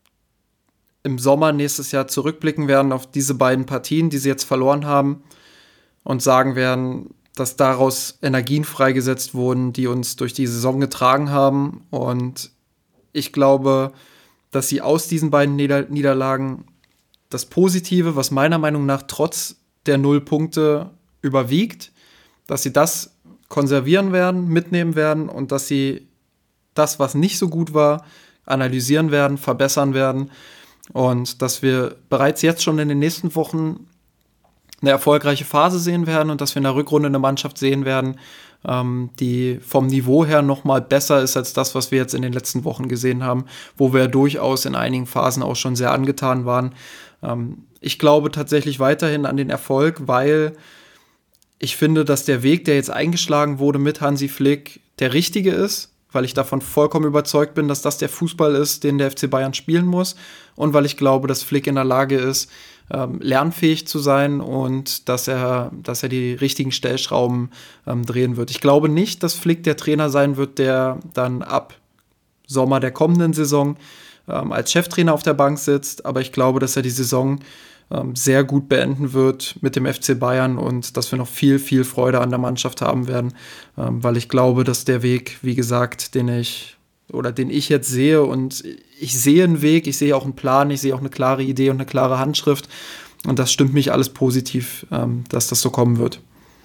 im Sommer nächstes Jahr zurückblicken werden auf diese beiden Partien, die sie jetzt verloren haben und sagen werden, dass daraus Energien freigesetzt wurden, die uns durch die Saison getragen haben. Und ich glaube, dass sie aus diesen beiden Niederlagen das Positive, was meiner Meinung nach trotz der 0 Punkte überwiegt, dass sie das konservieren werden, mitnehmen werden und dass sie das, was nicht so gut war, analysieren werden, verbessern werden und dass wir bereits jetzt schon in den nächsten Wochen eine erfolgreiche Phase sehen werden und dass wir in der Rückrunde eine Mannschaft sehen werden, die vom Niveau her noch mal besser ist als das, was wir jetzt in den letzten Wochen gesehen haben, wo wir durchaus in einigen Phasen auch schon sehr angetan waren. Ich glaube tatsächlich weiterhin an den Erfolg, weil ich finde, dass der Weg, der jetzt eingeschlagen wurde mit Hansi Flick, der richtige ist, weil ich davon vollkommen überzeugt bin, dass das der Fußball ist, den der FC Bayern spielen muss und weil ich glaube, dass Flick in der Lage ist, lernfähig zu sein und dass er die richtigen Stellschrauben drehen wird. Ich glaube nicht, dass Flick der Trainer sein wird, der dann ab Sommer der kommenden Saison als Cheftrainer auf der Bank sitzt, aber ich glaube, dass er die Saison sehr gut beenden wird mit dem FC Bayern und dass wir noch viel, viel Freude an der Mannschaft haben werden, weil ich glaube, dass der Weg, wie gesagt, den ich jetzt sehe und ich sehe einen Weg, ich sehe auch einen Plan, ich sehe auch eine klare Idee und eine klare Handschrift und das stimmt mich alles positiv, dass das so kommen wird.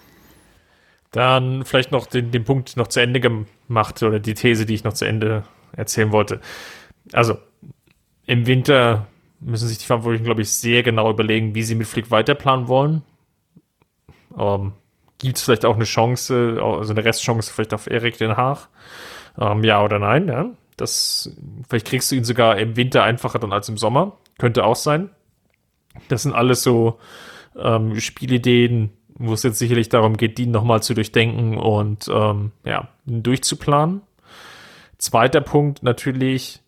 Dann vielleicht noch den Punkt noch zu Ende gemacht oder die These, die ich noch zu Ende erzählen wollte. Also im Winter müssen sich die Verantwortlichen, glaube ich, sehr genau überlegen, wie sie mit Flick weiterplanen wollen. Gibt es vielleicht auch eine Chance, also eine Restchance vielleicht auf Erik den Haag? Ja oder nein, ja. Vielleicht kriegst du ihn sogar im Winter einfacher dann als im Sommer. Könnte auch sein. Das sind alles so Spielideen, wo es jetzt sicherlich darum geht, die nochmal zu durchdenken und durchzuplanen. Zweiter Punkt natürlich,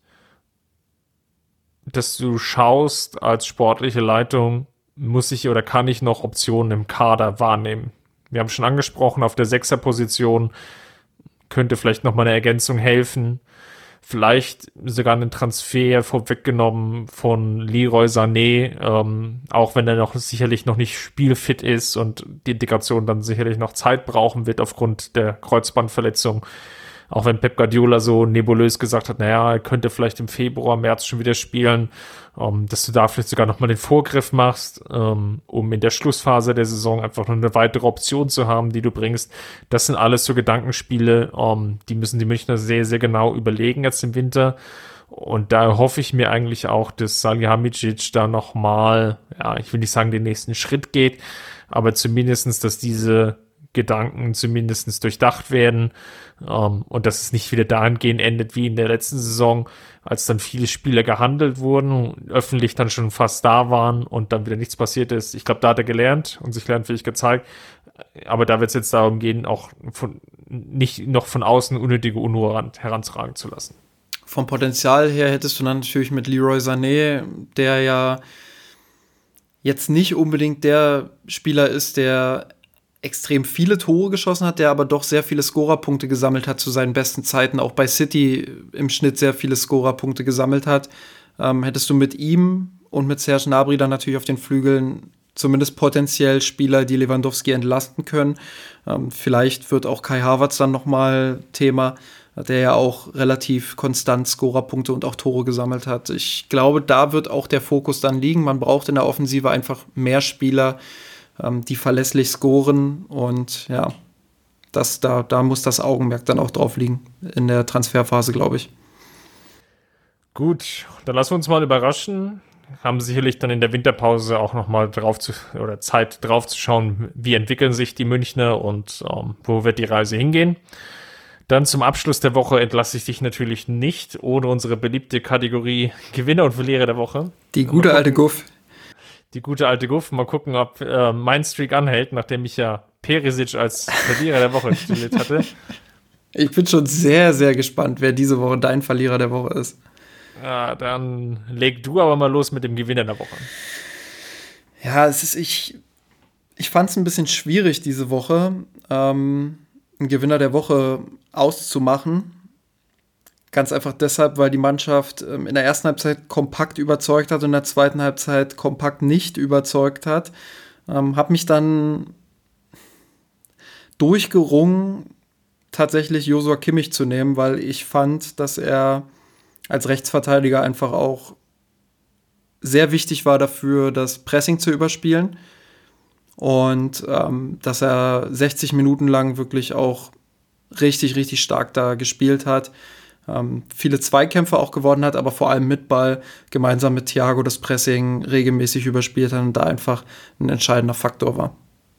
dass du schaust, als sportliche Leitung, muss ich oder kann ich noch Optionen im Kader wahrnehmen. Wir haben schon angesprochen, auf der Sechserposition könnte vielleicht nochmal eine Ergänzung helfen. Vielleicht sogar einen Transfer vorweggenommen von Leroy Sané, auch wenn er sicherlich noch nicht spielfit ist und die Integration dann sicherlich noch Zeit brauchen wird aufgrund der Kreuzbandverletzung. Auch wenn Pep Guardiola so nebulös gesagt hat, naja, er könnte vielleicht im Februar, März schon wieder spielen, dass du da vielleicht sogar nochmal den Vorgriff machst, um in der Schlussphase der Saison einfach noch eine weitere Option zu haben, die du bringst. Das sind alles so Gedankenspiele, die müssen die Münchner sehr, sehr genau überlegen jetzt im Winter. Und da hoffe ich mir eigentlich auch, dass Salihamidzic da nochmal, ich will nicht sagen, den nächsten Schritt geht, aber zumindestens, dass diese Gedanken zumindest durchdacht werden und dass es nicht wieder dahingehend endet wie in der letzten Saison, als dann viele Spieler gehandelt wurden, öffentlich dann schon fast da waren und dann wieder nichts passiert ist. Ich glaube, da hat er gelernt und sich lernfähig gezeigt, aber da wird es jetzt darum gehen, auch nicht noch von außen unnötige Unruhe herantragen zu lassen. Vom Potenzial her hättest du dann natürlich mit Leroy Sané, der ja jetzt nicht unbedingt der Spieler ist, der extrem viele Tore geschossen hat, der aber doch sehr viele Scorerpunkte gesammelt hat zu seinen besten Zeiten, auch bei City im Schnitt sehr viele Scorerpunkte gesammelt hat. Hättest du mit ihm und mit Serge Gnabry dann natürlich auf den Flügeln zumindest potenziell Spieler, die Lewandowski entlasten können. Vielleicht wird auch Kai Havertz dann nochmal Thema, der ja auch relativ konstant Scorerpunkte und auch Tore gesammelt hat. Ich glaube, da wird auch der Fokus dann liegen. Man braucht in der Offensive einfach mehr Spieler, die verlässlich scoren und da muss das Augenmerk dann auch drauf liegen in der Transferphase, glaube ich. Gut, dann lassen wir uns mal überraschen. Haben sicherlich dann in der Winterpause auch nochmal Zeit drauf zu schauen, wie entwickeln sich die Münchner und wo wird die Reise hingehen. Dann zum Abschluss der Woche entlasse ich dich natürlich nicht ohne unsere beliebte Kategorie Gewinner und Verlierer der Woche. Die gute alte Guff. Die gute alte Guff. Mal gucken, ob mein Streak anhält, nachdem ich ja Perisic als Verlierer der Woche tituliert hatte. Ich bin schon sehr, sehr gespannt, wer diese Woche dein Verlierer der Woche ist. Ja, dann leg du aber mal los mit dem Gewinner der Woche. Ja, ich fand es ein bisschen schwierig diese Woche, einen Gewinner der Woche auszumachen. Ganz einfach deshalb, weil die Mannschaft in der ersten Halbzeit kompakt überzeugt hat und in der zweiten Halbzeit kompakt nicht überzeugt hat. Habe mich dann durchgerungen, tatsächlich Joshua Kimmich zu nehmen, weil ich fand, dass er als Rechtsverteidiger einfach auch sehr wichtig war dafür, das Pressing zu überspielen. Und dass er 60 Minuten lang wirklich auch richtig, richtig stark da gespielt hat. Viele Zweikämpfe auch gewonnen hat, aber vor allem mit Ball gemeinsam mit Thiago das Pressing regelmäßig überspielt hat und da einfach ein entscheidender Faktor war.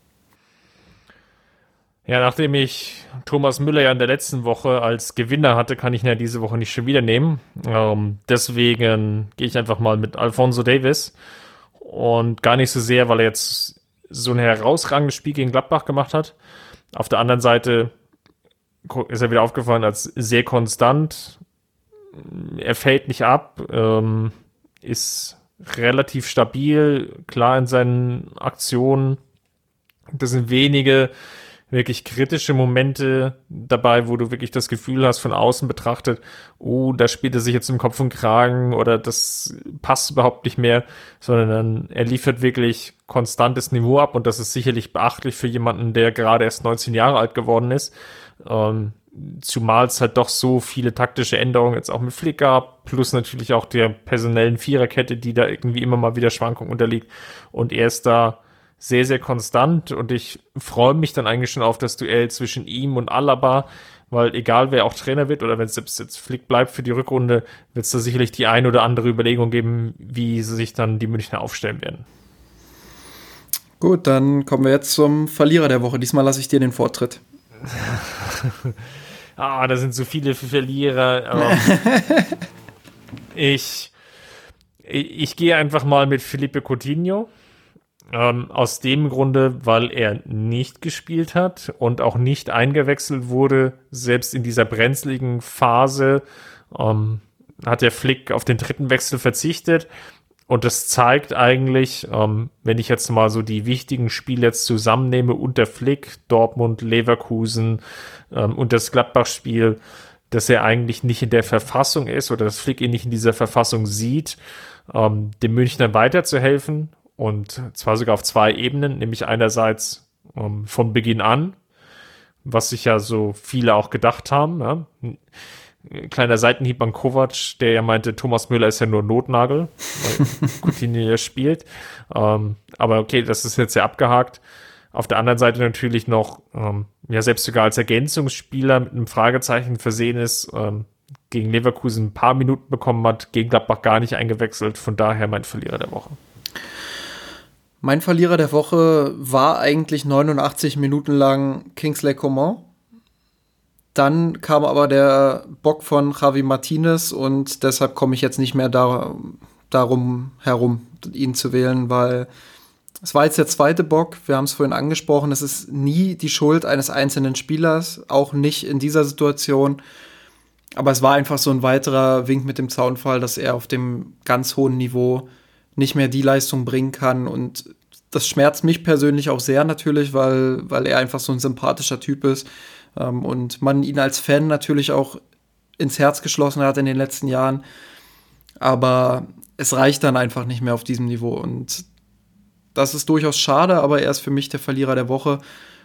Ja, nachdem ich Thomas Müller ja in der letzten Woche als Gewinner hatte, kann ich ihn ja diese Woche nicht schon wieder nehmen. Deswegen gehe ich einfach mal mit Alphonso Davies und gar nicht so sehr, weil er jetzt so ein herausragendes Spiel gegen Gladbach gemacht hat. Auf der anderen Seite ist er wieder aufgefallen als sehr konstant. Er fällt nicht ab, ist relativ stabil, klar in seinen Aktionen. Das sind wenige wirklich kritische Momente dabei, wo du wirklich das Gefühl hast, von außen betrachtet, oh, da spielt er sich jetzt im Kopf und Kragen oder das passt überhaupt nicht mehr, sondern er liefert wirklich konstantes Niveau ab und das ist sicherlich beachtlich für jemanden, der gerade erst 19 Jahre alt geworden ist. Zumal es halt doch so viele taktische Änderungen jetzt auch mit Flick gab, plus natürlich auch der personellen Viererkette, die da irgendwie immer mal wieder Schwankungen unterliegt und er ist da sehr, sehr konstant und ich freue mich dann eigentlich schon auf das Duell zwischen ihm und Alaba, weil egal wer auch Trainer wird oder wenn es jetzt Flick bleibt für die Rückrunde, wird es da sicherlich die ein oder andere Überlegung geben, wie sie sich dann die Münchner aufstellen werden. Gut, dann kommen wir jetzt zum Verlierer der Woche. Diesmal lasse ich dir den Vortritt. Da sind so viele Verlierer. Ich gehe einfach mal mit Felipe Coutinho. Aus dem Grunde, weil er nicht gespielt hat und auch nicht eingewechselt wurde. Selbst in dieser brenzligen Phase hat der Flick auf den dritten Wechsel verzichtet. Und das zeigt eigentlich, wenn ich jetzt mal so die wichtigen Spiele jetzt zusammennehme unter Flick, Dortmund, Leverkusen und das Gladbach-Spiel, dass er eigentlich nicht in der Verfassung ist oder dass Flick ihn nicht in dieser Verfassung sieht, dem Münchner weiterzuhelfen. Und zwar sogar auf 2 Ebenen, nämlich einerseits von Beginn an, was sich ja so viele auch gedacht haben. Ja. Kleiner Seitenhieb an Kovac, der ja meinte, Thomas Müller ist ja nur Notnagel, weil Coutinho ja spielt. Aber okay, das ist jetzt ja abgehakt. Auf der anderen Seite natürlich noch, selbst sogar als Ergänzungsspieler mit einem Fragezeichen versehen ist, gegen Leverkusen ein paar Minuten bekommen hat, gegen Gladbach gar nicht eingewechselt. Von daher mein Verlierer der Woche. Mein Verlierer der Woche war eigentlich 89 Minuten lang Kingsley Coman. Dann kam aber der Bock von Javi Martinez und deshalb komme ich jetzt nicht mehr darum herum, ihn zu wählen, weil es war jetzt der zweite Bock, wir haben es vorhin angesprochen, es ist nie die Schuld eines einzelnen Spielers, auch nicht in dieser Situation, aber es war einfach so ein weiterer Wink mit dem Zaunfall, dass er auf dem ganz hohen Niveau nicht mehr die Leistung bringen kann und das schmerzt mich persönlich auch sehr natürlich, weil er einfach so ein sympathischer Typ ist und man ihn als Fan natürlich auch ins Herz geschlossen hat in den letzten Jahren, aber es reicht dann einfach nicht mehr auf diesem Niveau und das ist durchaus schade, aber er ist für mich der Verlierer der Woche.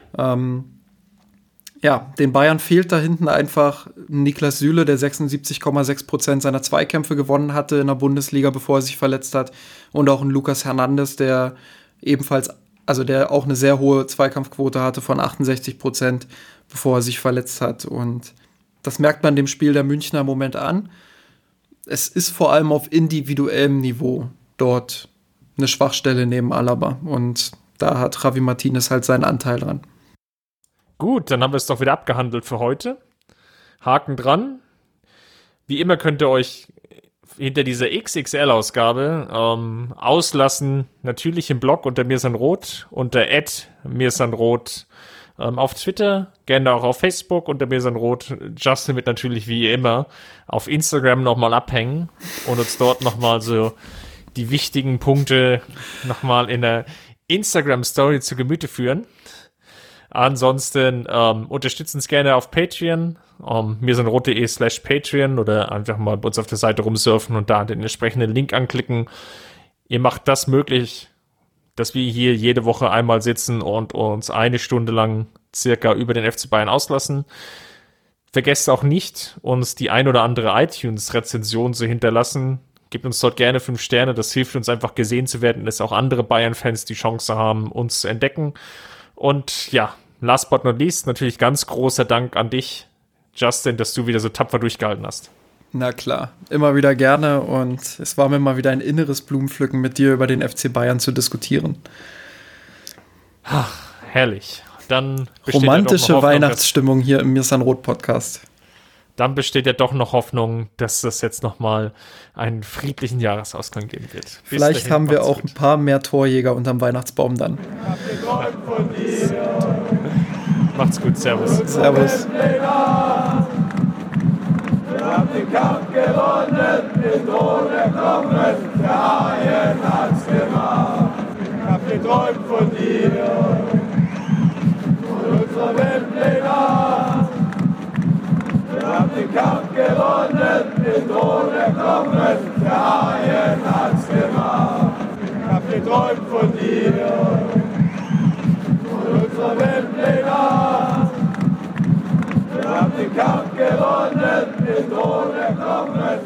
Den Bayern fehlt da hinten einfach Niklas Süle, der 76,6% seiner Zweikämpfe gewonnen hatte in der Bundesliga, bevor er sich verletzt hat. Und auch ein Lukas Hernandez, der ebenfalls, also der auch eine sehr hohe Zweikampfquote hatte von 68%, bevor er sich verletzt hat. Und das merkt man dem Spiel der Münchner im Moment an. Es ist vor allem auf individuellem Niveau dort eine Schwachstelle neben Alaba. Und da hat Javi Martinez halt seinen Anteil dran. Gut, dann haben wir es doch wieder abgehandelt für heute. Haken dran. Wie immer könnt ihr euch hinter dieser XXL-Ausgabe auslassen. Natürlich im Blog unter mirsanroth, unter @mirsanroth auf Twitter, gerne auch auf Facebook unter mirsanroth. Justin wird natürlich wie immer auf Instagram nochmal abhängen und uns dort nochmal so die wichtigen Punkte nochmal in der Instagram-Story zu Gemüte führen. Ansonsten unterstützt uns gerne auf Patreon, mirsanroth.de/Patreon oder einfach mal bei uns auf der Seite rumsurfen und da den entsprechenden Link anklicken. Ihr macht das möglich, dass wir hier jede Woche einmal sitzen und uns 1 Stunde lang circa über den FC Bayern auslassen. Vergesst auch nicht, uns die ein oder andere iTunes-Rezension zu hinterlassen. Gebt uns dort gerne 5 Sterne, das hilft uns einfach gesehen zu werden, dass auch andere Bayern-Fans die Chance haben, uns zu entdecken. Und ja, last but not least, natürlich ganz großer Dank an dich, Justin, dass du wieder so tapfer durchgehalten hast. Na klar, immer wieder gerne und es war mir mal wieder ein inneres Blumenpflücken, mit dir über den FC Bayern zu diskutieren. Ach, herrlich. Dann romantische Hoffnung, Weihnachtsstimmung hier im Mirsanroth-Podcast. Dann besteht ja doch noch Hoffnung, dass das jetzt nochmal einen friedlichen Jahresausklang geben wird. Vielleicht dahin, haben wir auch gut. Ein paar mehr Torjäger unterm Weihnachtsbaum dann. Macht's gut, servus. Servus. Wir haben den Kampf gewonnen, den Thron erklommen, der Haien hat's gemacht. Ich hab geträumt von dir, von unserer Weltpläne. Wir haben den Kampf gewonnen, den Thron erklommen, der Haien hat's gemacht. Ich hab geträumt von dir, von unserer Weltpläne. Wir haben den Kampf gewonnen, den Thron erklommen.